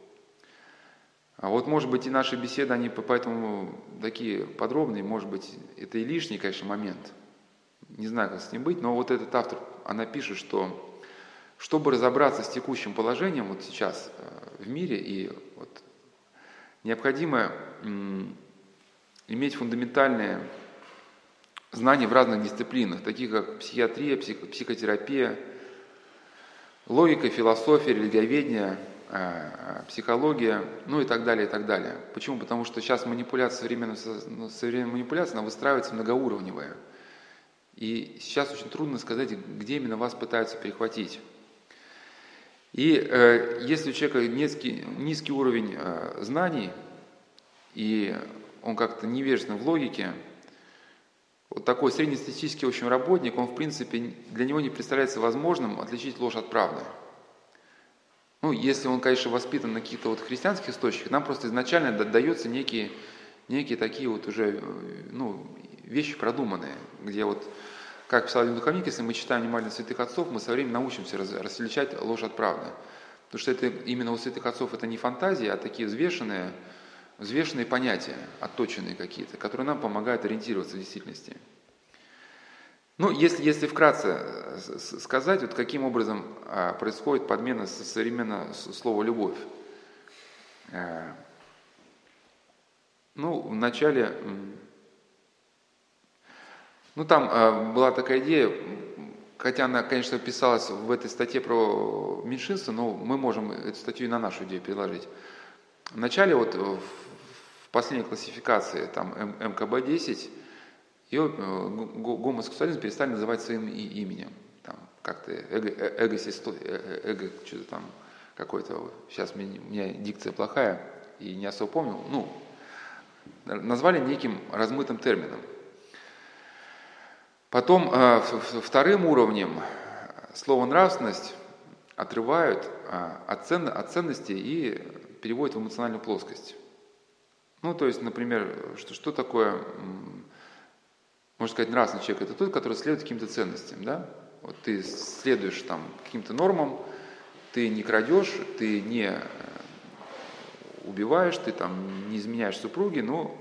Speaker 1: А вот, может быть, и наши беседы, они поэтому такие подробные, может быть, это и лишний, конечно, момент. Не знаю, как с ним быть, но вот этот автор, она пишет, что чтобы разобраться с текущим положением вот сейчас в мире, и вот, необходимо м, иметь фундаментальные знания в разных дисциплинах, таких как психиатрия, псих, психотерапия, логика, философия, религиоведение, психология, ну и так далее, и так далее. Почему? Потому что сейчас манипуляция, современная, современная манипуляция, она выстраивается многоуровневая. И сейчас очень трудно сказать, где именно вас пытаются перехватить. И э, если у человека низкий, низкий уровень э, знаний, и он как-то невежествен в логике, вот такой среднестатистический, в общем, работник, он, в принципе, для него не представляется возможным отличить ложь от правды. Ну, если он, конечно, воспитан на каких-то вот христианских источниках, нам просто изначально даются некие, некие такие вот уже ну, вещи продуманные, где вот, как писал один духовник, если мы читаем внимательно святых отцов, мы со временем научимся раз, различать ложь от правды. Потому что это, именно у святых отцов это не фантазии, а такие взвешенные, взвешенные понятия, отточенные какие-то, которые нам помогают ориентироваться в действительности. Ну, если, если вкратце сказать, вот каким образом а, происходит подмена современного слова «любовь». А, ну, вначале, ну, там а, была такая идея, хотя она, конечно, писалась в этой статье про меньшинство, но мы можем эту статью и на нашу идею переложить. Вначале вот в последней классификации, там, эм ка бэ десять, ее гомосексуализм перестали называть своим именем. Там, как-то эго, эго, эго, эго что-то там какой-то, сейчас у меня дикция плохая и не особо помню, ну, назвали неким размытым термином. Потом вторым уровнем слово «нравственность» отрывают от, цен, от ценностей и переводят в эмоциональную плоскость. Ну, то есть, например, что, что такое, можно сказать, нравственный человек? Это тот, который следует каким-то ценностям, да? Вот ты следуешь там каким-то нормам, ты не крадешь, ты не убиваешь, ты там не изменяешь супруге, но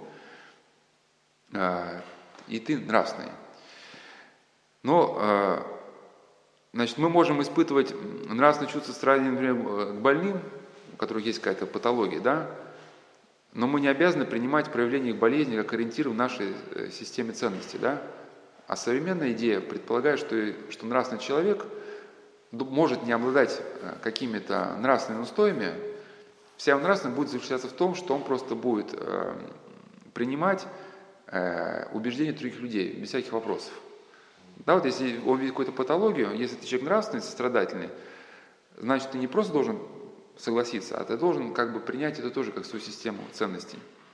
Speaker 1: э, и ты нравственный. Но, э, значит, мы можем испытывать нравственное чувство сострадания, например, к больным, у которых есть какая-то патология, да, но мы не обязаны принимать проявление их болезни как ориентир в нашей системе ценностей, да. А современная идея предполагает, что, что нравственный человек может не обладать какими-то нравственными устоями. Вся его нравственность будет заключаться в том, что он просто будет э, принимать э, убеждения других людей, без всяких вопросов. Да, вот если он видит какую-то патологию, если ты человек нравственный, сострадательный, значит, ты не просто должен согласиться, а ты должен как бы принять это тоже как свою систему ценностей.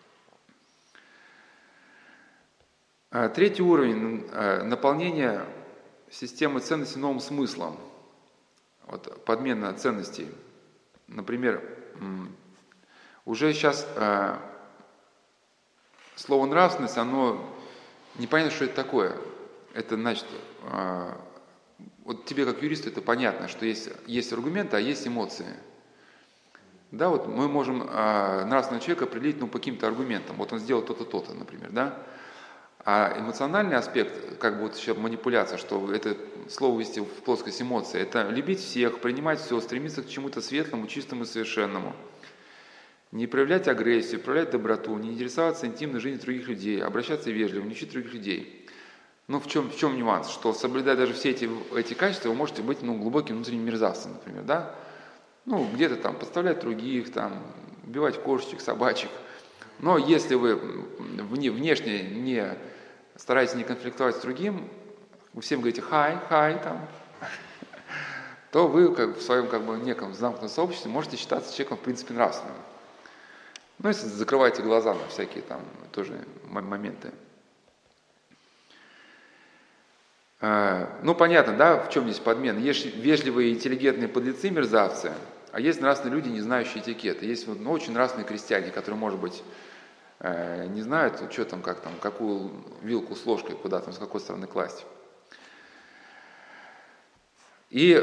Speaker 1: Третий уровень – наполнение системы ценностей новым смыслом. Вот, подмена ценностей. Например, уже сейчас э, слово «нравственность», оно непонятно, что это такое. Это значит, э, вот тебе как юристу это понятно, что есть, есть аргументы, а есть эмоции. Да, вот мы можем э, нравственного человека определить ну, по каким-то аргументам. Вот он сделал то-то, то-то, например, да. А эмоциональный аспект, как бы вот еще манипуляция, что это слово ввести в плоскость эмоций, это любить всех, принимать все, стремиться к чему-то светлому, чистому и совершенному. Не проявлять агрессию, проявлять доброту, не интересоваться интимной жизнью других людей, обращаться вежливо, не учить других людей. Ну, в чем, в чем нюанс? Что, соблюдая даже все эти, эти качества, вы можете быть ну, глубоким внутренним мерзавцем, например, да? Ну, где-то там подставлять других, там, убивать кошечек, собачек. Но если вы внешне не стараетесь не конфликтовать с другим, вы всем говорите «хай, хай», там, то вы как, в своем как бы, неком замкнутом сообществе можете считаться человеком в принципе нравственным. Ну, если закрываете глаза на всякие там тоже моменты. Ну, понятно, да, в чем здесь подмена. Есть вежливые, интеллигентные подлецы, мерзавцы, а есть нравственные люди, не знающие этикета. Есть ну, очень нравственные крестьяне, которые, может быть, не знают, что там, как там, какую вилку с ложкой, куда там, с какой стороны класть. И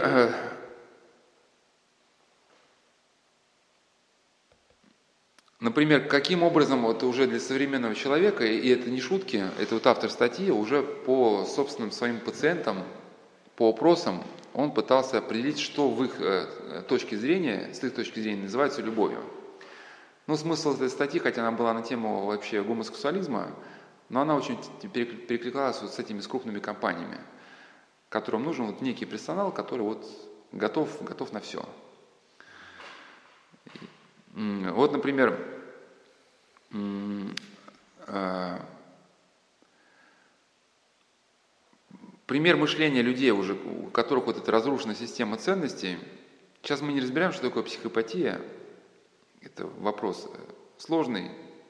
Speaker 1: например, каким образом вот уже для современного человека, и это не шутки, это вот автор статьи, уже по собственным своим пациентам, по опросам, он пытался определить, что в их э, точке зрения, с их точки зрения называется любовью. Ну, смысл этой статьи, хотя она была на тему вообще гомосексуализма, но она очень перекликалась вот с этими с крупными компаниями, которым нужен вот некий персонал, который вот готов, готов на все. Вот, например, пример мышления людей, уже, у которых вот эта разрушена система ценностей. Сейчас мы не разбираем, что такое психопатия. Это вопрос сложный.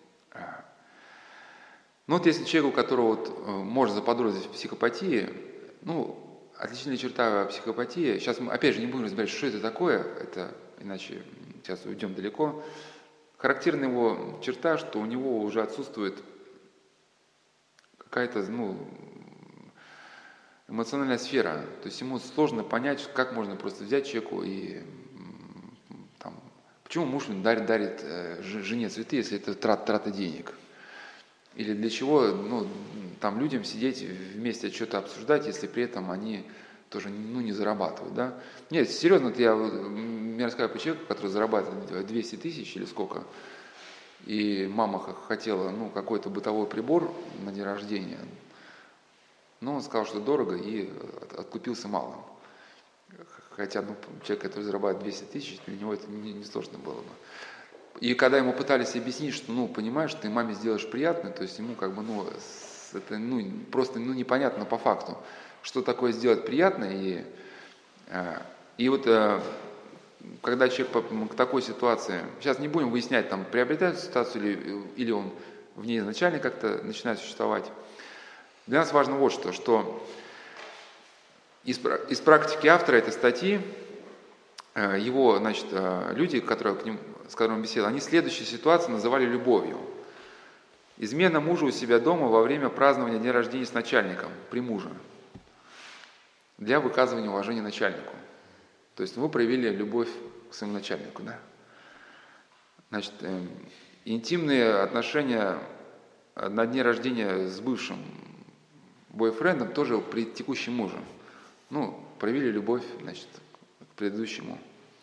Speaker 1: Но вот если человек, у которого вот можно заподозрить в психопатии, ну, отличительная черта психопатии, сейчас мы опять же не будем разбирать, что это такое, это иначе сейчас уйдем далеко. Характерна его черта, что у него уже отсутствует какая-то, ну, эмоциональная сфера. То есть ему сложно понять, как можно просто взять человеку и там, почему муж дарит, дарит жене цветы, если это трат, трата денег? Или для чего ну, там людям сидеть вместе что-то обсуждать, если при этом они тоже ну, не зарабатывают, да? Нет, серьезно, вот я, мне рассказываю по человеку, который зарабатывает двести тысяч или сколько, и мама хотела ну, какой-то бытовой прибор на день рождения, но он сказал, что дорого, и откупился малым. Хотя ну, человек, который зарабатывает двести тысяч, для него это не, не сложно было бы. И когда ему пытались объяснить, что, ну, понимаешь, ты маме сделаешь приятно, то есть ему как бы, ну, это, ну, просто, ну, непонятно по факту, что такое сделать приятно, и И вот когда человек к такой ситуации, сейчас не будем выяснять, там, приобретает ситуацию или, или он в ней изначально как-то начинает существовать. Для нас важно вот что, что из, из практики автора этой статьи, его, значит, люди, которые к ним, с которыми он беседовал, они следующую ситуацию называли любовью. Измена мужа у себя дома во время празднования дня рождения с начальником, при муже, для выказывания уважения начальнику. То есть вы проявили любовь к своему начальнику, да? Значит, э, интимные отношения на дне рождения с бывшим бойфрендом тоже при текущем муже. Ну, проявили любовь, значит, к предыдущему.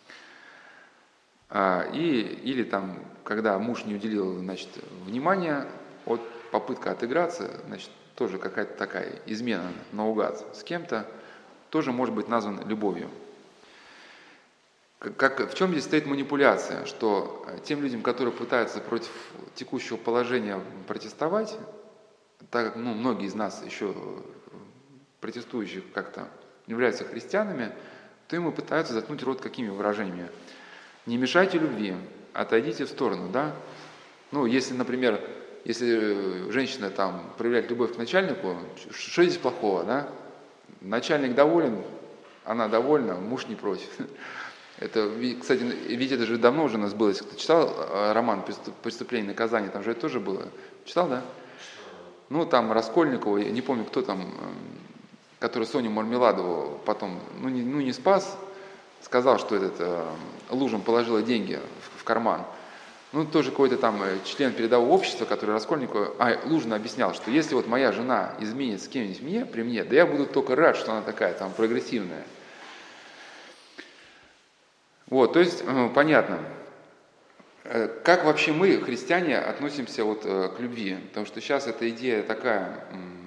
Speaker 1: А, и, или там, когда муж не уделил, значит, внимания, от попытка отыграться, значит, тоже какая-то такая измена наугад с кем-то, тоже может быть назван любовью. Как, в чем здесь стоит манипуляция? Что тем людям, которые пытаются против текущего положения протестовать, так как ну, многие из нас еще протестующих как-то являются христианами, то им и пытаются заткнуть рот какими выражениями? Не мешайте любви, отойдите в сторону, да? Ну, если, например, если женщина там проявляет любовь к начальнику, что здесь плохого, да? Начальник доволен, она довольна, муж не против. Это, кстати, ведь это же давно уже у нас было, если кто читал роман «Преступление и наказание», там же это тоже было. Читал, да? Ну, там Раскольникова, я не помню, кто там, который Соню Мармеладову потом, ну не, ну, не спас, сказал, что этот э, Лужин положила деньги в, в карман. Ну, тоже какой-то там член передового общества, который Раскольникову, а, Лужин объяснял, что если вот моя жена изменит с кем-нибудь мне, при мне, да я буду только рад, что она такая там прогрессивная. Вот, то есть, понятно, как вообще мы, христиане, относимся вот к любви, потому что сейчас эта идея такая,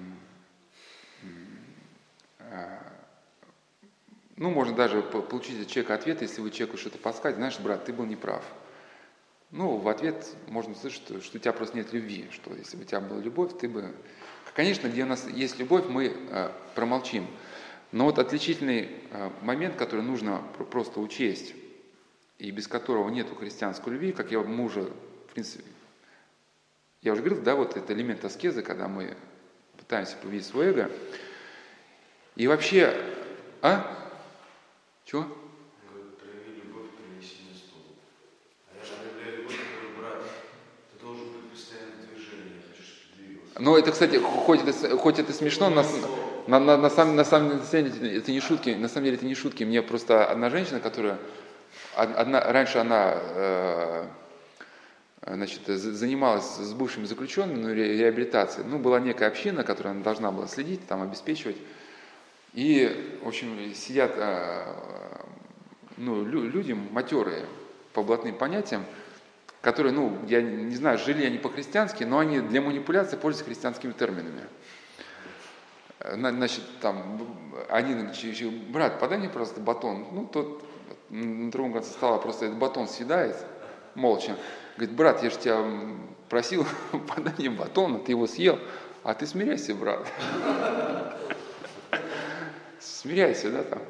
Speaker 1: ну, можно даже получить от человека ответ, если вы человеку что-то подскажете, знаешь, брат, ты был неправ. Ну, в ответ можно услышать, что, что у тебя просто нет любви, что если бы у тебя была любовь, ты бы... Конечно, где у нас есть любовь, мы промолчим. Но вот отличительный момент, который нужно просто учесть, и без которого нету христианской любви, как я мы уже, в принципе, я уже говорил, да, вот это элемент аскезы, когда мы пытаемся победить свое эго. И вообще, а? Чего?
Speaker 2: Прояви любовь, принеси на стол. А я же проявляю любовь, который брат. Ты должен быть постоянно в движении, я хочу, чтобы ты двигался.
Speaker 1: Ну, это, кстати, хоть это, хоть это смешно, на, на, на, на, самом, на самом деле это не шутки, на самом деле это не шутки. Мне просто одна женщина, которая Одна, раньше она э, значит, занималась с бывшими заключенными, ну, ре, реабилитацией. Ну, была некая община, которую она должна была следить, там, обеспечивать. И, в общем, сидят э, ну, лю, люди матерые по блатным понятиям, которые, ну, я не знаю, жили они по-христиански, но они для манипуляции пользуются христианскими терминами. Значит, там, один говорит, брат, подай мне просто батон. Ну, тот на другом конце стола просто этот батон съедает, молча. Говорит, брат, я же тебя просил, подай мне батон, а ты его съел, а ты смиряйся, брат. Смиряйся, да, там.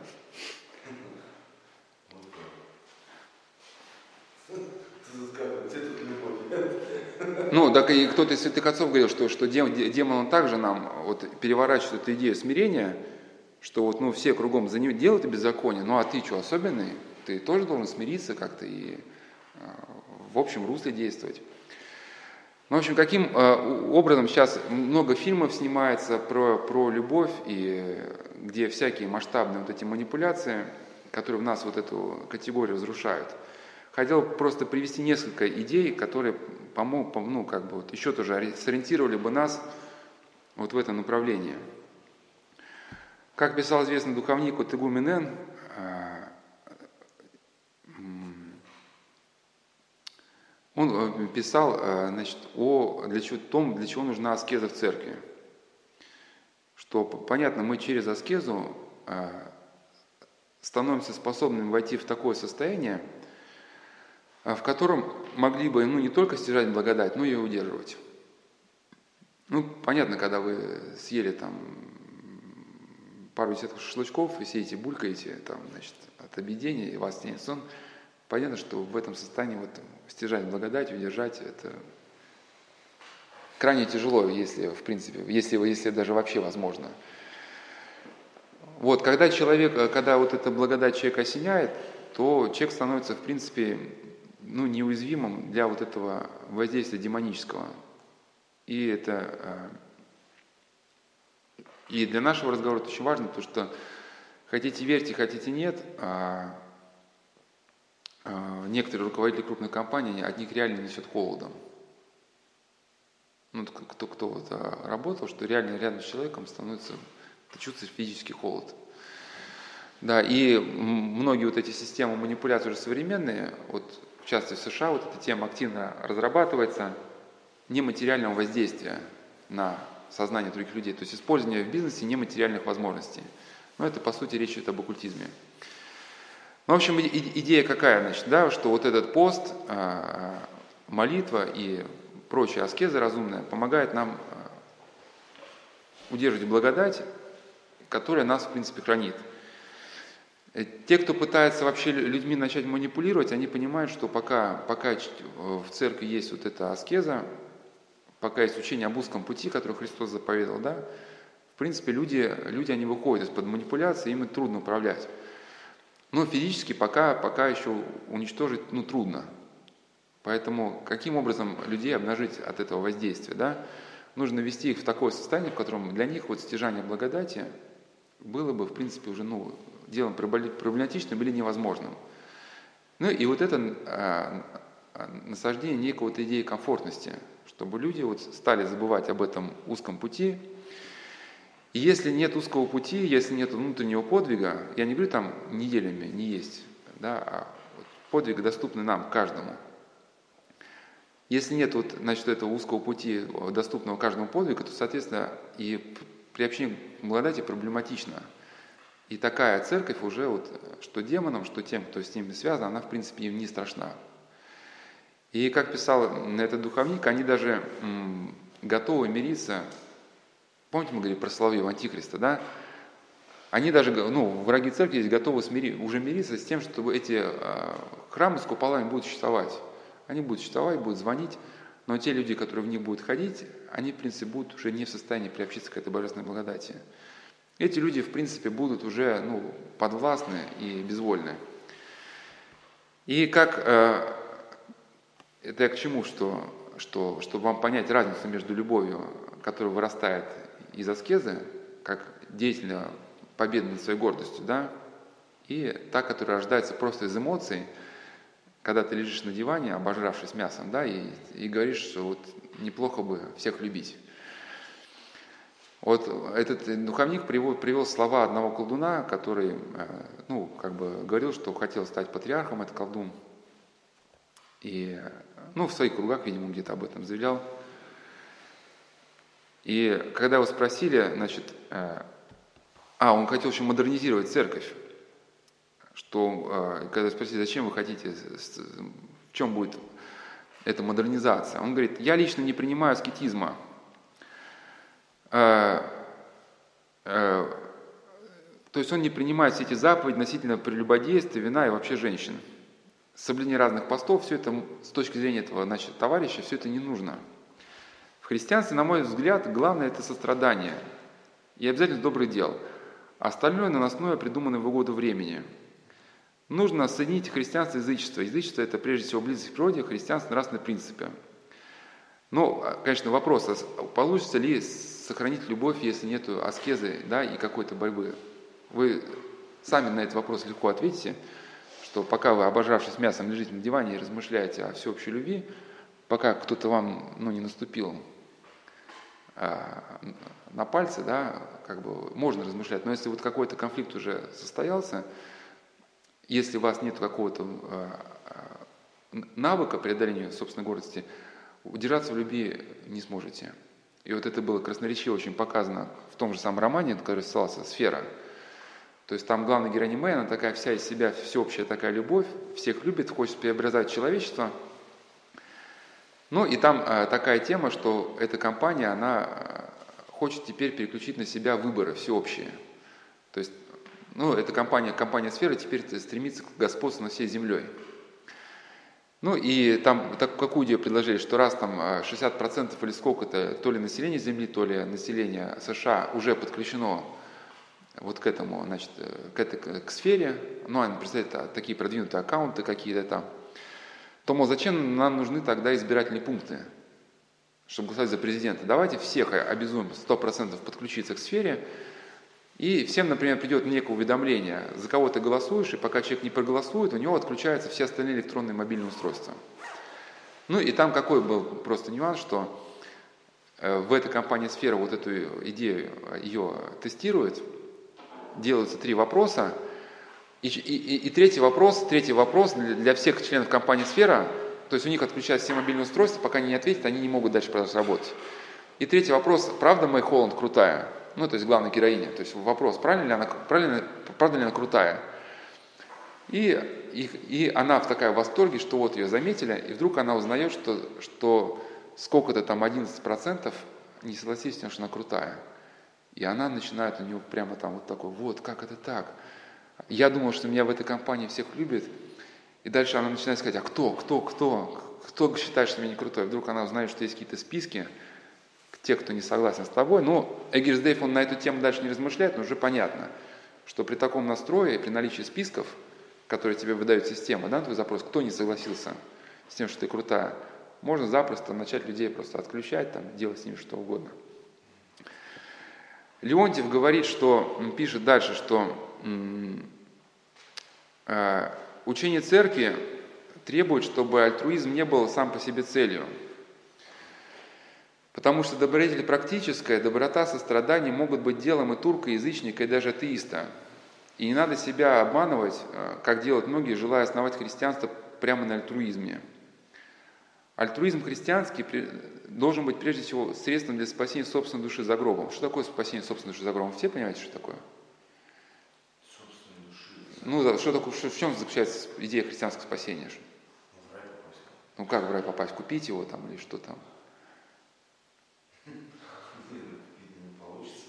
Speaker 1: Ну, так и кто-то из святых отцов говорил, что, что демон, он также нам вот, переворачивает эту идею смирения, что вот, ну, все кругом за него делают беззаконие, ну, а ты что, особенный? Ты тоже должен смириться как-то и э, в общем русле действовать. Ну, в общем, каким э, образом сейчас много фильмов снимается про, про любовь, и где всякие масштабные вот эти манипуляции, которые в нас вот эту категорию разрушают. Хотел просто привести несколько идей, которые помогут, ну, как бы вот еще тоже сориентировали бы нас вот в этом направлении. Как писал известный духовник Игумен Н., он писал, значит, о для чего, том, для чего нужна аскеза в церкви. Что, понятно, мы через аскезу становимся способными войти в такое состояние, в котором могли бы, ну, не только стяжать благодать, но и удерживать. Ну, понятно, когда вы съели там пару десятков шашлычков, и сидите, булькаете, там, значит, от объедения, и вас тянет сон, понятно, что в этом состоянии вот, стяжать благодать, удержать, это крайне тяжело, если, в принципе, если, если даже вообще возможно. Вот, когда человек, когда вот эта благодать человека осеняет, то человек становится, в принципе, ну, неуязвимым для вот этого воздействия демонического. И это и для нашего разговора это очень важно, потому что хотите верьте, хотите нет, а, а, некоторые руководители крупных компаний, от них реально несет холодом. Ну, кто, кто вот работал, что реально рядом с человеком становится, ты чувствуешь физический холод. Да, и многие вот эти системы манипуляций уже современные, вот в частности в США, вот эта тема активно разрабатывается, нематериального воздействия на сознание других людей, то есть использование в бизнесе нематериальных возможностей. Но это, по сути, речь идет об оккультизме. Ну, в общем, идея какая, значит, да, что вот этот пост, молитва и прочая аскеза разумная помогает нам удерживать благодать, которая нас, в принципе, хранит. Те, кто пытается вообще людьми начать манипулировать, они понимают, что пока, пока в церкви есть вот эта аскеза, пока есть учение об узком пути, который Христос заповедал, да, в принципе, люди, люди они выходят из-под манипуляции, им трудно управлять. Но физически пока, пока еще уничтожить ну, трудно. Поэтому каким образом людей обнажить от этого воздействия? Да? Нужно ввести их в такое состояние, в котором для них вот стяжание благодати было бы, в принципе, уже ну, делом проблематичным или невозможным. Ну и вот это а, насаждение некой вот идеи комфортности, чтобы люди вот стали забывать об этом узком пути. И если нет узкого пути, если нет внутреннего подвига, я не говорю там неделями не есть, да, а подвиг доступный нам, каждому. Если нет вот, значит, этого узкого пути, доступного каждому подвигу, то, соответственно, и приобщение к благодати проблематично. И такая церковь уже, вот, что демонам, что тем, кто с ними связан, она, в принципе, им не страшна. И, как писал этот духовник, они даже м, готовы мириться. Помните, мы говорили про Соловьева Антихриста, да? Они даже, ну, враги церкви здесь готовы смири, уже мириться с тем, чтобы эти э, храмы с куполами будут существовать. Они будут существовать, будут звонить, но те люди, которые в них будут ходить, они, в принципе, будут уже не в состоянии приобщиться к этой божественной благодати. Эти люди, в принципе, будут уже ну, подвластны и безвольны. И как, э, это я к чему, что, что, чтобы вам понять разницу между любовью, которая вырастает из аскезы, как деятельная победа над своей гордостью, да, и та, которая рождается просто из эмоций, когда ты лежишь на диване, обожравшись мясом, да, и, и говоришь, что вот неплохо бы всех любить. Вот этот духовник привел, привел слова одного колдуна, который, ну, как бы говорил, что хотел стать патриархом, этот колдун. И, ну, в своих кругах, видимо, где-то об этом заявлял. И когда его спросили, значит, а, он хотел еще модернизировать церковь, что, когда спросили, зачем вы хотите, в чем будет эта модернизация, он говорит, я лично не принимаю аскетизма. То есть он не принимает все эти заповеди относительно прелюбодействия, вина и вообще женщин. Соблюдение разных постов, все это с точки зрения этого, значит, товарища, все это не нужно. В христианстве, на мой взгляд, главное это сострадание и обязательно добрых дел. Остальное наносное придумано в угоду времени. Нужно соединить христианство и язычество. Язычество это прежде всего близость к природе, христианство нравственные принципы. Но, конечно, вопрос, получится ли сохранить любовь, если нет аскезы, да, и какой-то борьбы. Вы сами на этот вопрос легко ответите, что пока вы, обожравшись мясом, лежите на диване и размышляете о всеобщей любви, пока кто-то вам ну, не наступил а, на пальцы, да, как бы можно размышлять. Но если вот какой-то конфликт уже состоялся, если у вас нет какого-то а, навыка преодоления собственной гордости, удержаться в любви не сможете. И вот это было красноречиво очень показано в том же самом романе, который ссылался «Сфера». То есть там главная героиня Мэй, она такая вся из себя, всеобщая такая любовь, всех любит, хочет преобразовать человечество. Ну и там а, такая тема, что эта компания, она хочет теперь переключить на себя выборы всеобщие. То есть, ну, эта компания, компания «Сфера» теперь стремится к господству над всей землей. Ну и там так, какую идею предложили, что раз там шестьдесят процентов или сколько-то, то ли население Земли, то ли население США уже подключено вот к этому, значит, к этой к сфере, ну, они представляют такие продвинутые аккаунты какие-то там, то, мол, зачем нам нужны тогда избирательные пункты, чтобы голосовать за президента? Давайте всех обязуем сто процентов подключиться к сфере, и всем, например, придет некое уведомление, за кого ты голосуешь, и пока человек не проголосует, у него отключаются все остальные электронные мобильные устройства. Ну и там какой был просто нюанс, что в этой компании «Сфера» вот эту идею, ее тестирует, делаются три вопроса, и, и, и третий вопрос, третий вопрос для всех членов компании «Сфера», то есть у них отключаются все мобильные устройства, пока они не ответят, они не могут дальше продолжать работать. И третий вопрос, правда Мэй Холланд крутая? Ну, то есть главная героиня. То есть вопрос, правильно ли она, правильно, правда ли она крутая? И, и, и она в такая в восторге, что вот ее заметили, и вдруг она узнает, что, что сколько-то там одиннадцать процентов не согласились с тем, что она крутая. И она начинает у нее прямо там вот такой, вот, как это так? Я думал, что меня в этой компании всех любят. И дальше она начинает сказать, а кто, кто, кто? Кто считает, что меня не крутой? Вдруг она узнает, что есть какие-то списки, те, кто не согласен с тобой. Но Эггерс Дейв, он на эту тему дальше не размышляет, но уже понятно, что при таком настрое, при наличии списков, которые тебе выдает система, да, твой запрос, кто не согласился с тем, что ты крутая, можно запросто начать людей просто отключать, там, делать с ними что угодно. Леонтьев говорит, что, пишет дальше, что м- э, учение церкви требует, чтобы альтруизм не был сам по себе целью. Потому что добродетель практическая, доброта, сострадание могут быть делом и турка, и язычника, и даже атеиста. И не надо себя обманывать, как делают многие, желая основать христианство прямо на альтруизме. Альтруизм христианский должен быть прежде всего средством для спасения собственной души за гробом. Что такое спасение собственной души за гробом? Все понимаете, что такое?
Speaker 2: Собственной души.
Speaker 1: Ну, что такое, что, в чем заключается идея христианского спасения?
Speaker 2: В рай попасть.
Speaker 1: Ну, как в рай попасть? Купить его там или что там?
Speaker 2: Не получится,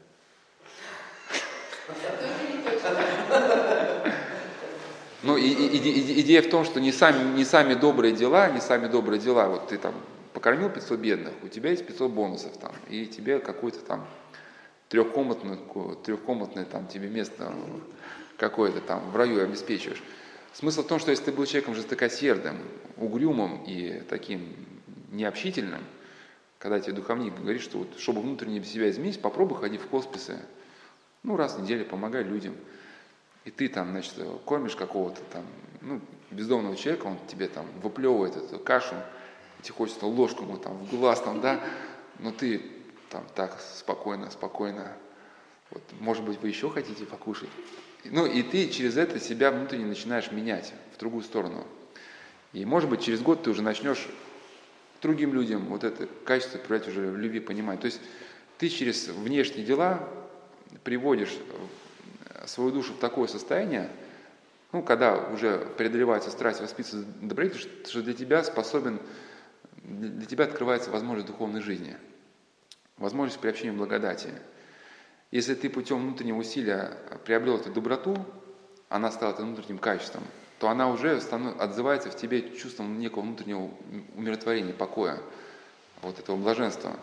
Speaker 2: наверное.
Speaker 1: Ну, и, и, и, идея в том, что не сами, не сами добрые дела, не сами добрые дела, вот ты там покормил пятьсот бедных, у тебя есть пятьсот бонусов там, и тебе какое-то там трехкомнатное, трехкомнатное там тебе место какое-то там в раю обеспечиваешь. Смысл в том, что если ты был человеком жестокосердым, угрюмым и таким необщительным, когда тебе духовник говорит, что вот, чтобы внутренне себя изменить, попробуй ходи в хосписы, ну, раз в неделю помогай людям. И ты там, значит, кормишь какого-то там, ну, бездомного человека, он тебе там выплевывает эту кашу, и тебе хочется ложку ему там в глаз, там, да, но ты там так спокойно, спокойно, вот, может быть, вы еще хотите покушать. Ну, и ты через это себя внутренне начинаешь менять в другую сторону. И, может быть, через год ты уже начнешь другим людям вот это качество проявлять уже в любви, понимать. То есть ты через внешние дела приводишь свою душу в такое состояние, ну, когда уже преодолевается страсть, воспитывается добродетель, что для тебя способен, для тебя открывается возможность духовной жизни, возможность приобщения благодати. Если ты путем внутреннего усилия приобрел эту доброту, она стала твоим внутренним качеством, то она уже отзывается в тебе чувством некого внутреннего умиротворения, покоя, вот этого блаженства.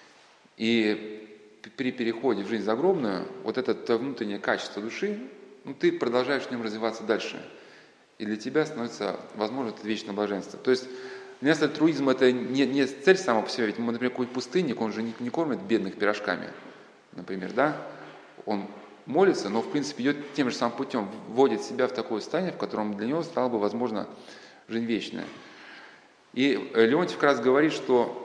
Speaker 1: И при переходе в жизнь загробную, вот это твое внутреннее качество души, ну, ты продолжаешь в нем развиваться дальше. И для тебя становится возможно это вечное блаженство. То есть для нас альтруизм это не, не цель сама по себе. Ведь, например, какой-нибудь пустынник, он же не, не кормит бедных пирожками, например, да? Он молится, но в принципе идет тем же самым путем, вводит себя в такое состояние, в котором для него стала бы возможна жизнь вечная. И Леонтьев как раз говорит, что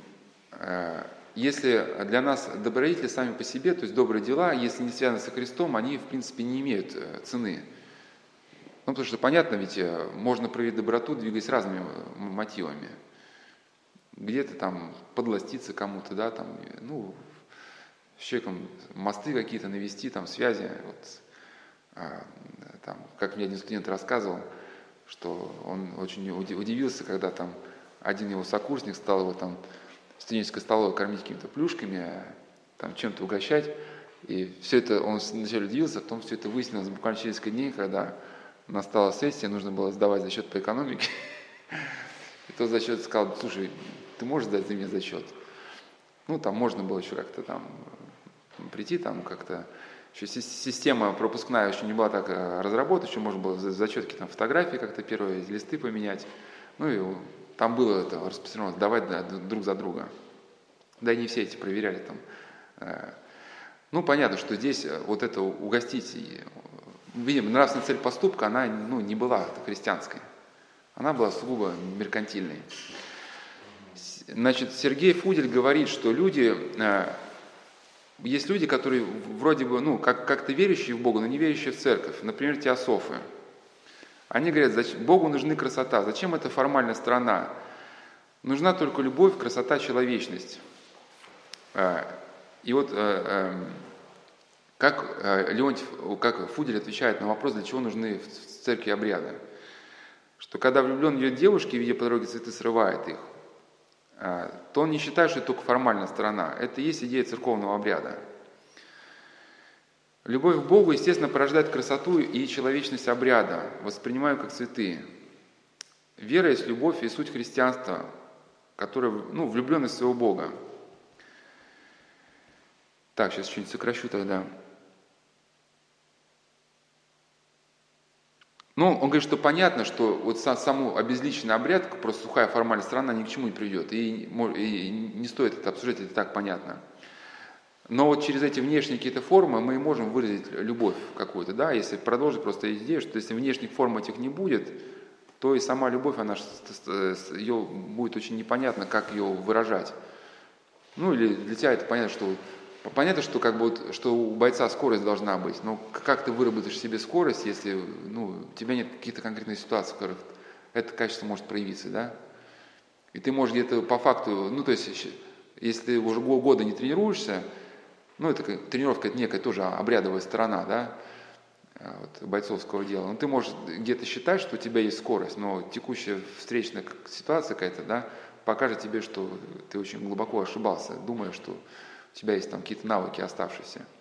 Speaker 1: э, если для нас добродетели сами по себе, то есть добрые дела, если не связаны со Христом, они в принципе не имеют цены. Ну, потому что понятно, ведь можно проявить доброту, двигаясь разными мотивами. Где-то там подластиться кому-то, да, там, ну, с человеком мосты какие-то навести, там, связи. Вот, а, там, как мне один студент рассказывал, что он очень удивился, когда там один его сокурсник стал его там в студенческой столовой кормить какими-то плюшками, там, чем-то угощать. И все это, он вначале удивился, потом все это выяснилось буквально через несколько дней, когда настала сессия, нужно было сдавать зачет по экономике. И тот зачет сказал: слушай, ты можешь сдать за меня зачет? Ну, там можно было еще как-то там прийти, там как-то, еще система пропускная еще не была так разработана, еще можно было в зачетке там фотографии как-то первые листы поменять. Ну, и там было это распространено, сдавать да, друг за друга. Да и не все эти проверяли там. Ну, понятно, что здесь вот это угостить, видимо, нравственная цель поступка, она ну, не была христианской. Она была сугубо меркантильной. Значит, Сергей Фудель говорит, что люди, есть люди, которые вроде бы, ну, как- как-то верующие в Бога, но не верующие в церковь. Например, теософы. Они говорят, зачем- Богу нужны красота. Зачем эта формальная сторона? Нужна только любовь, красота, человечность. И вот как Леонтьев, как Фудель отвечает на вопрос, для чего нужны в церкви обряды. Что когда влюблен идет девушке, видя по дороге цветы, срывает их, то он не считает, что это только формальная сторона. Это и есть идея церковного обряда. Любовь к Богу, естественно, порождает красоту и человечность обряда. Воспринимаю как цветы. Вера есть любовь и суть христианства, которая, ну, влюбленность в своего Бога. Так, сейчас что-нибудь сокращу тогда. Ну, он говорит, что понятно, что вот сам, саму обезличенный обряд, просто сухая формальная сторона, ни к чему не приведет. И, и не стоит это обсуждать, это так понятно. Но вот через эти внешние какие-то формы мы можем выразить любовь какую-то, да, если продолжить просто идею, что если внешних форм этих не будет, то и сама любовь, она, ее будет очень непонятно, как ее выражать. Ну, или для тебя это понятно, что понятно, что как бы вот, что у бойца скорость должна быть, но как ты выработаешь себе скорость, если ну, у тебя нет каких-то конкретных ситуаций, в которых это качество может проявиться, да? И ты можешь где-то по факту, ну, то есть, если ты уже года не тренируешься, ну, это тренировка, это некая тоже обрядовая сторона, да, вот, бойцовского дела. Но ты можешь где-то считать, что у тебя есть скорость, но текущая встречная ситуация какая-то, да, покажет тебе, что ты очень глубоко ошибался, думая, что у тебя есть там какие-то навыки оставшиеся.